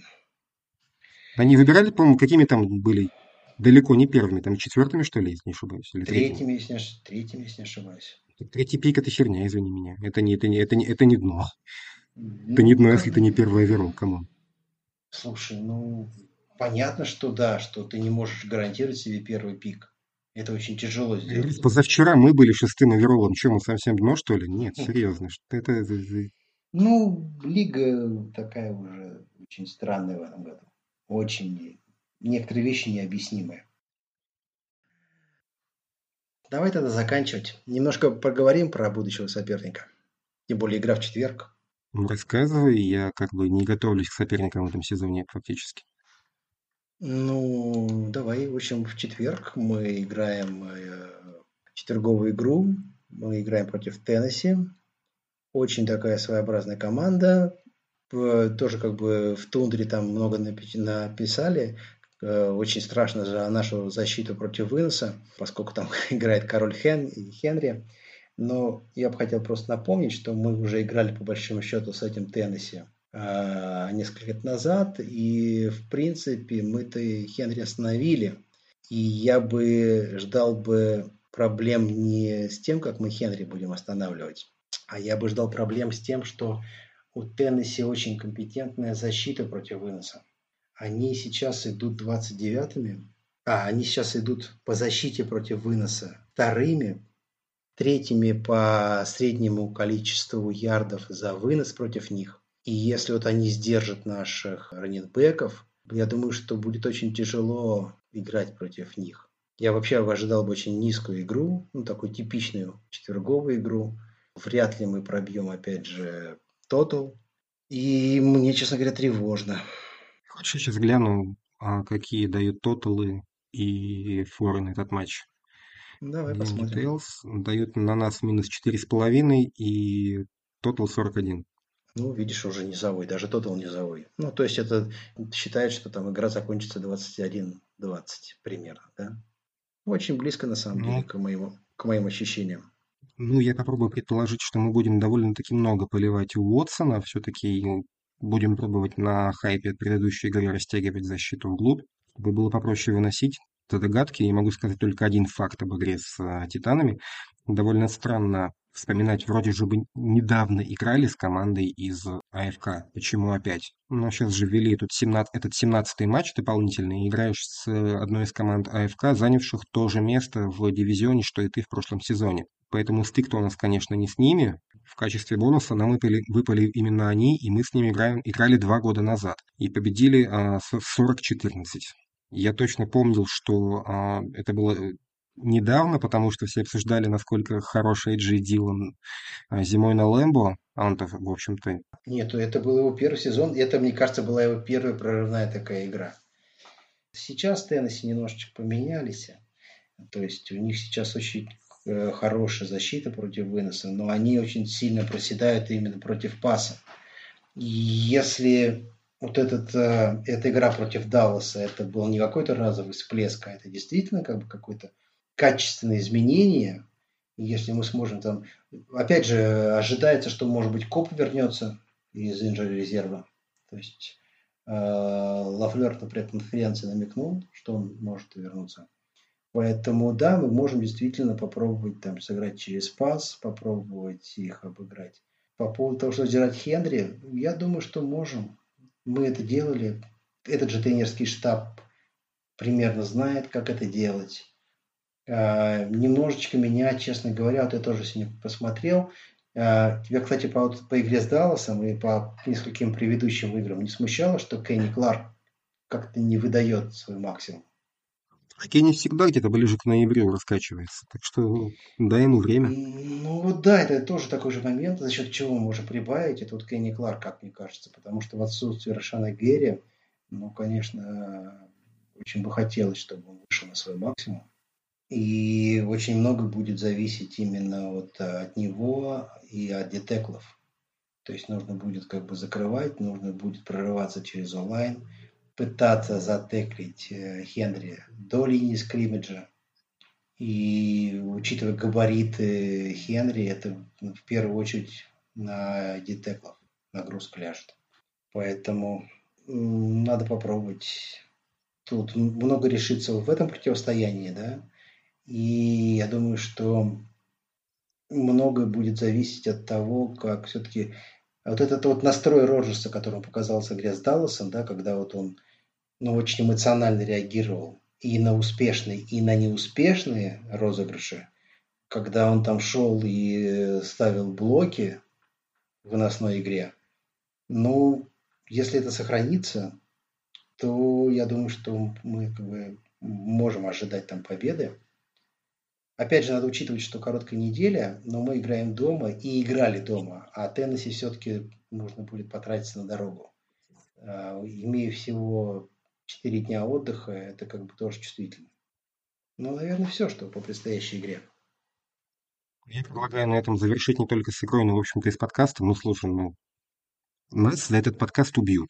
Они выбирали, по-моему, какими там были далеко не первыми, там четвертыми, что ли, если не ошибаюсь, или третьими. третьими, если не, ош- третьими, если не ошибаюсь. Так третий пик — это херня, извини меня. Это не, это не, это не, это не дно. Это не Ну, дно, как если это бы, не первый оверолл, камон. слушай, ну, понятно, что да, что ты не можешь гарантировать себе первый пик. Это очень тяжело Говорит, сделать. позавчера мы были шестым овероллом. Че, мы совсем дно, что ли? Нет, серьезно. Что это, это- это- Ну, лига такая уже очень странная в этом году. Очень. Некоторые вещи необъяснимые. Давай тогда заканчивать. Немножко поговорим про будущего соперника. Тем более игра в четверг. ну, рассказывай, я как бы не готовлюсь к соперникам в этом сезоне фактически. Ну, давай. В общем, в четверг мы играем э, четверговую игру. Мы играем против Теннесси. Очень такая своеобразная команда. П- Тоже как бы в тундре там много напи- написали. Э, Очень страшно за нашу защиту против выноса, поскольку там играет король Хен, Хенри. Но я бы хотел просто напомнить, что мы уже играли по большому счету с этим Теннесси а, несколько лет назад, и в принципе мы-то Хенри остановили, и я бы ждал бы проблем не с тем, как мы Хенри будем останавливать, а я бы ждал проблем с тем, что у Теннесси очень компетентная защита против выноса. Они сейчас идут двадцать девятыми, а они сейчас идут по защите против выноса вторыми, третьими по среднему количеству ярдов за вынос против них. И если вот они сдержат наших раненбеков, я думаю, что будет очень тяжело играть против них. Я вообще ожидал бы очень низкую игру, ну такую типичную четверговую игру. Вряд ли мы пробьем, опять же, тотал. И мне, честно говоря, тревожно. Хочешь, я сейчас гляну, а, какие дают тоталы и форы на этот матч. Давай Game посмотрим. Details дают на нас минус четыре с половиной и тотал сорок один. Ну, видишь, уже низовой, даже тотал низовой. Ну, то есть это считает, что там игра закончится двадцать один двадцать примерно, да? Очень близко, на самом деле, Ну, к моему, к моим ощущениям. ну, я попробую предположить, что мы будем довольно-таки много поливать у Уотсона. Все-таки Будем пробовать на хайпе от предыдущей игры растягивать защиту вглубь, чтобы было попроще выносить. Это догадки. Я могу сказать только один факт об игре с а, Титанами. Довольно странно вспоминать, вроде же бы недавно играли с командой из АФК. Почему опять? Но сейчас же ввели тут семнадцатый, этот семнадцатый матч дополнительный, и играешь с э, одной из команд АФК, занявших то же место в дивизионе, что и ты в прошлом сезоне. Поэтому стык-то у нас, конечно, не с ними. В качестве бонуса нам выпали, выпали именно они, и мы с ними играем, играли два года назад. И победили а, с сорок четырнадцать. Я точно помнил, что а, это было э, недавно, потому что все обсуждали, насколько хороший Эйджей Дилан а, зимой на Лэмбо, а он-то, в общем-то, Нет, это был его первый сезон. Это, мне кажется, была его первая прорывная такая игра. Сейчас Теннесси немножечко поменялись. То есть у них сейчас очень э, хорошая защита против выноса, но они очень сильно проседают именно против паса. И если вот этот, э, эта игра против Далласа, это был не какой-то разовый всплеск, а это действительно как бы какое-то качественное изменение. И если мы сможем там... Опять же, ожидается, что, может быть, Коп вернется из инжури резерва. То есть э, Лафлер на пресс-конференции намекнул, что он может вернуться. Поэтому, да, мы можем действительно попробовать там сыграть через пас, попробовать их обыграть. По поводу того, что взирать Хенри, я думаю, что можем. Мы это делали. Этот же тренерский штаб примерно знает, как это делать. А, немножечко меня, честно говоря, вот я тоже сегодня посмотрел. А, тебя, кстати, по, вот, по игре с Далласом и по нескольким предыдущим играм не смущало, что Кенни Кларк как-то не выдает свой максимум? Кенни всегда где-то ближе к ноябрю раскачивается. Так что дай ему время. Ну вот да, это тоже такой же момент, за счет чего мы можем прибавить. Это вот Кенни Кларк, как мне кажется. Потому что в отсутствие Рошана Герри, ну, конечно, очень бы хотелось, чтобы он вышел на свой максимум. И очень много будет зависеть именно вот от него и от детеклов. То есть нужно будет как бы закрывать, нужно будет прорываться через онлайн, пытаться затеклить э, Хенри до линии скриммиджа. И учитывая габариты Хенри, это ну, в первую очередь на детеклов нагрузка ляжет. Поэтому м, надо попробовать. Тут много решится в этом противостоянии, да. И я думаю, что многое будет зависеть от того, как все-таки вот этот вот настрой Роджерса, который он показал в игре с Далласом, да, когда вот он ну, очень эмоционально реагировал и на успешные, и на неуспешные розыгрыши, когда он там шел и ставил блоки в выносной игре. Ну, если это сохранится, то я думаю, что мы как бы можем ожидать там победы. Опять же, надо учитывать, что короткая неделя, но мы играем дома и играли дома, а Теннесси все-таки нужно будет потратиться на дорогу. А, Имея всего четыре дня отдыха, это как бы тоже чувствительно. Ну, наверное, все, что по предстоящей игре. Я предлагаю на этом завершить не только с игрой, но, в общем-то, и с подкастом. Ну, слушай, ну, нас за этот подкаст убьют.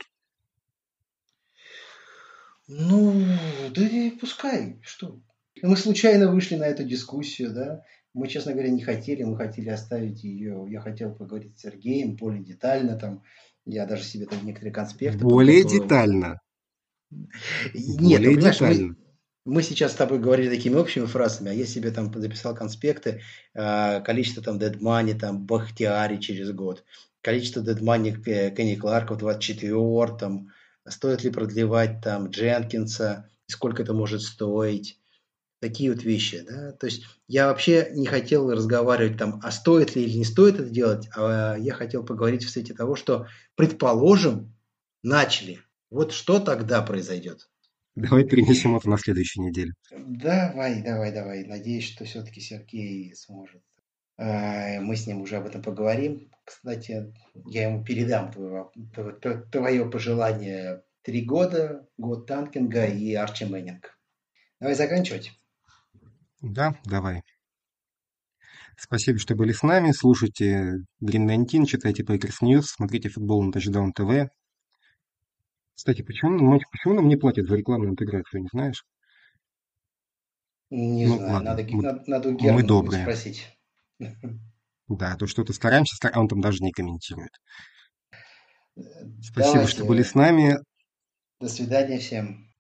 Ну, да и пускай, что. Мы случайно вышли на эту дискуссию, да. Мы, честно говоря, не хотели, мы хотели оставить ее. Я хотел поговорить с Сергеем более детально, там. Я даже себе там некоторые конспекты Более подготовил. детально. Нет, ну Более понимаешь, мы, детально. мы сейчас с тобой говорили такими общими фразами, а я себе там записал конспекты, э, количество там дедмани, там Бахтиари через год, количество дедмани Кенни Кларка в двадцать четыре, там, стоит ли продлевать там Дженкинса, сколько это может стоить, такие вот вещи, да, то есть я вообще не хотел разговаривать там, а стоит ли или не стоит это делать, а я хотел поговорить в свете того, что, предположим, начали, вот что тогда произойдет? Давай перенесем это на следующей неделе. Давай, давай, давай. Надеюсь, что все-таки Сергей сможет. А, Мы с ним уже об этом поговорим. Кстати, я ему передам твое, твое пожелание. Три года, год танкинга и Арчи Мэннинг. Давай заканчивать. Да, давай. Спасибо, что были с нами. Слушайте Green девятнадцать, читайте Packers News, смотрите футбол на Touchdown ти ви. Кстати, почему, нам- почему нам не платят за рекламную интеграцию, не знаешь? Не Ну, знаю, ладно, надо, мы, надо, надо у мы Германа будет добрые. спросить. Да, то что-то стараемся, стар- а он там даже не комментирует. Спасибо, что были с Давайте. нами. До свидания всем.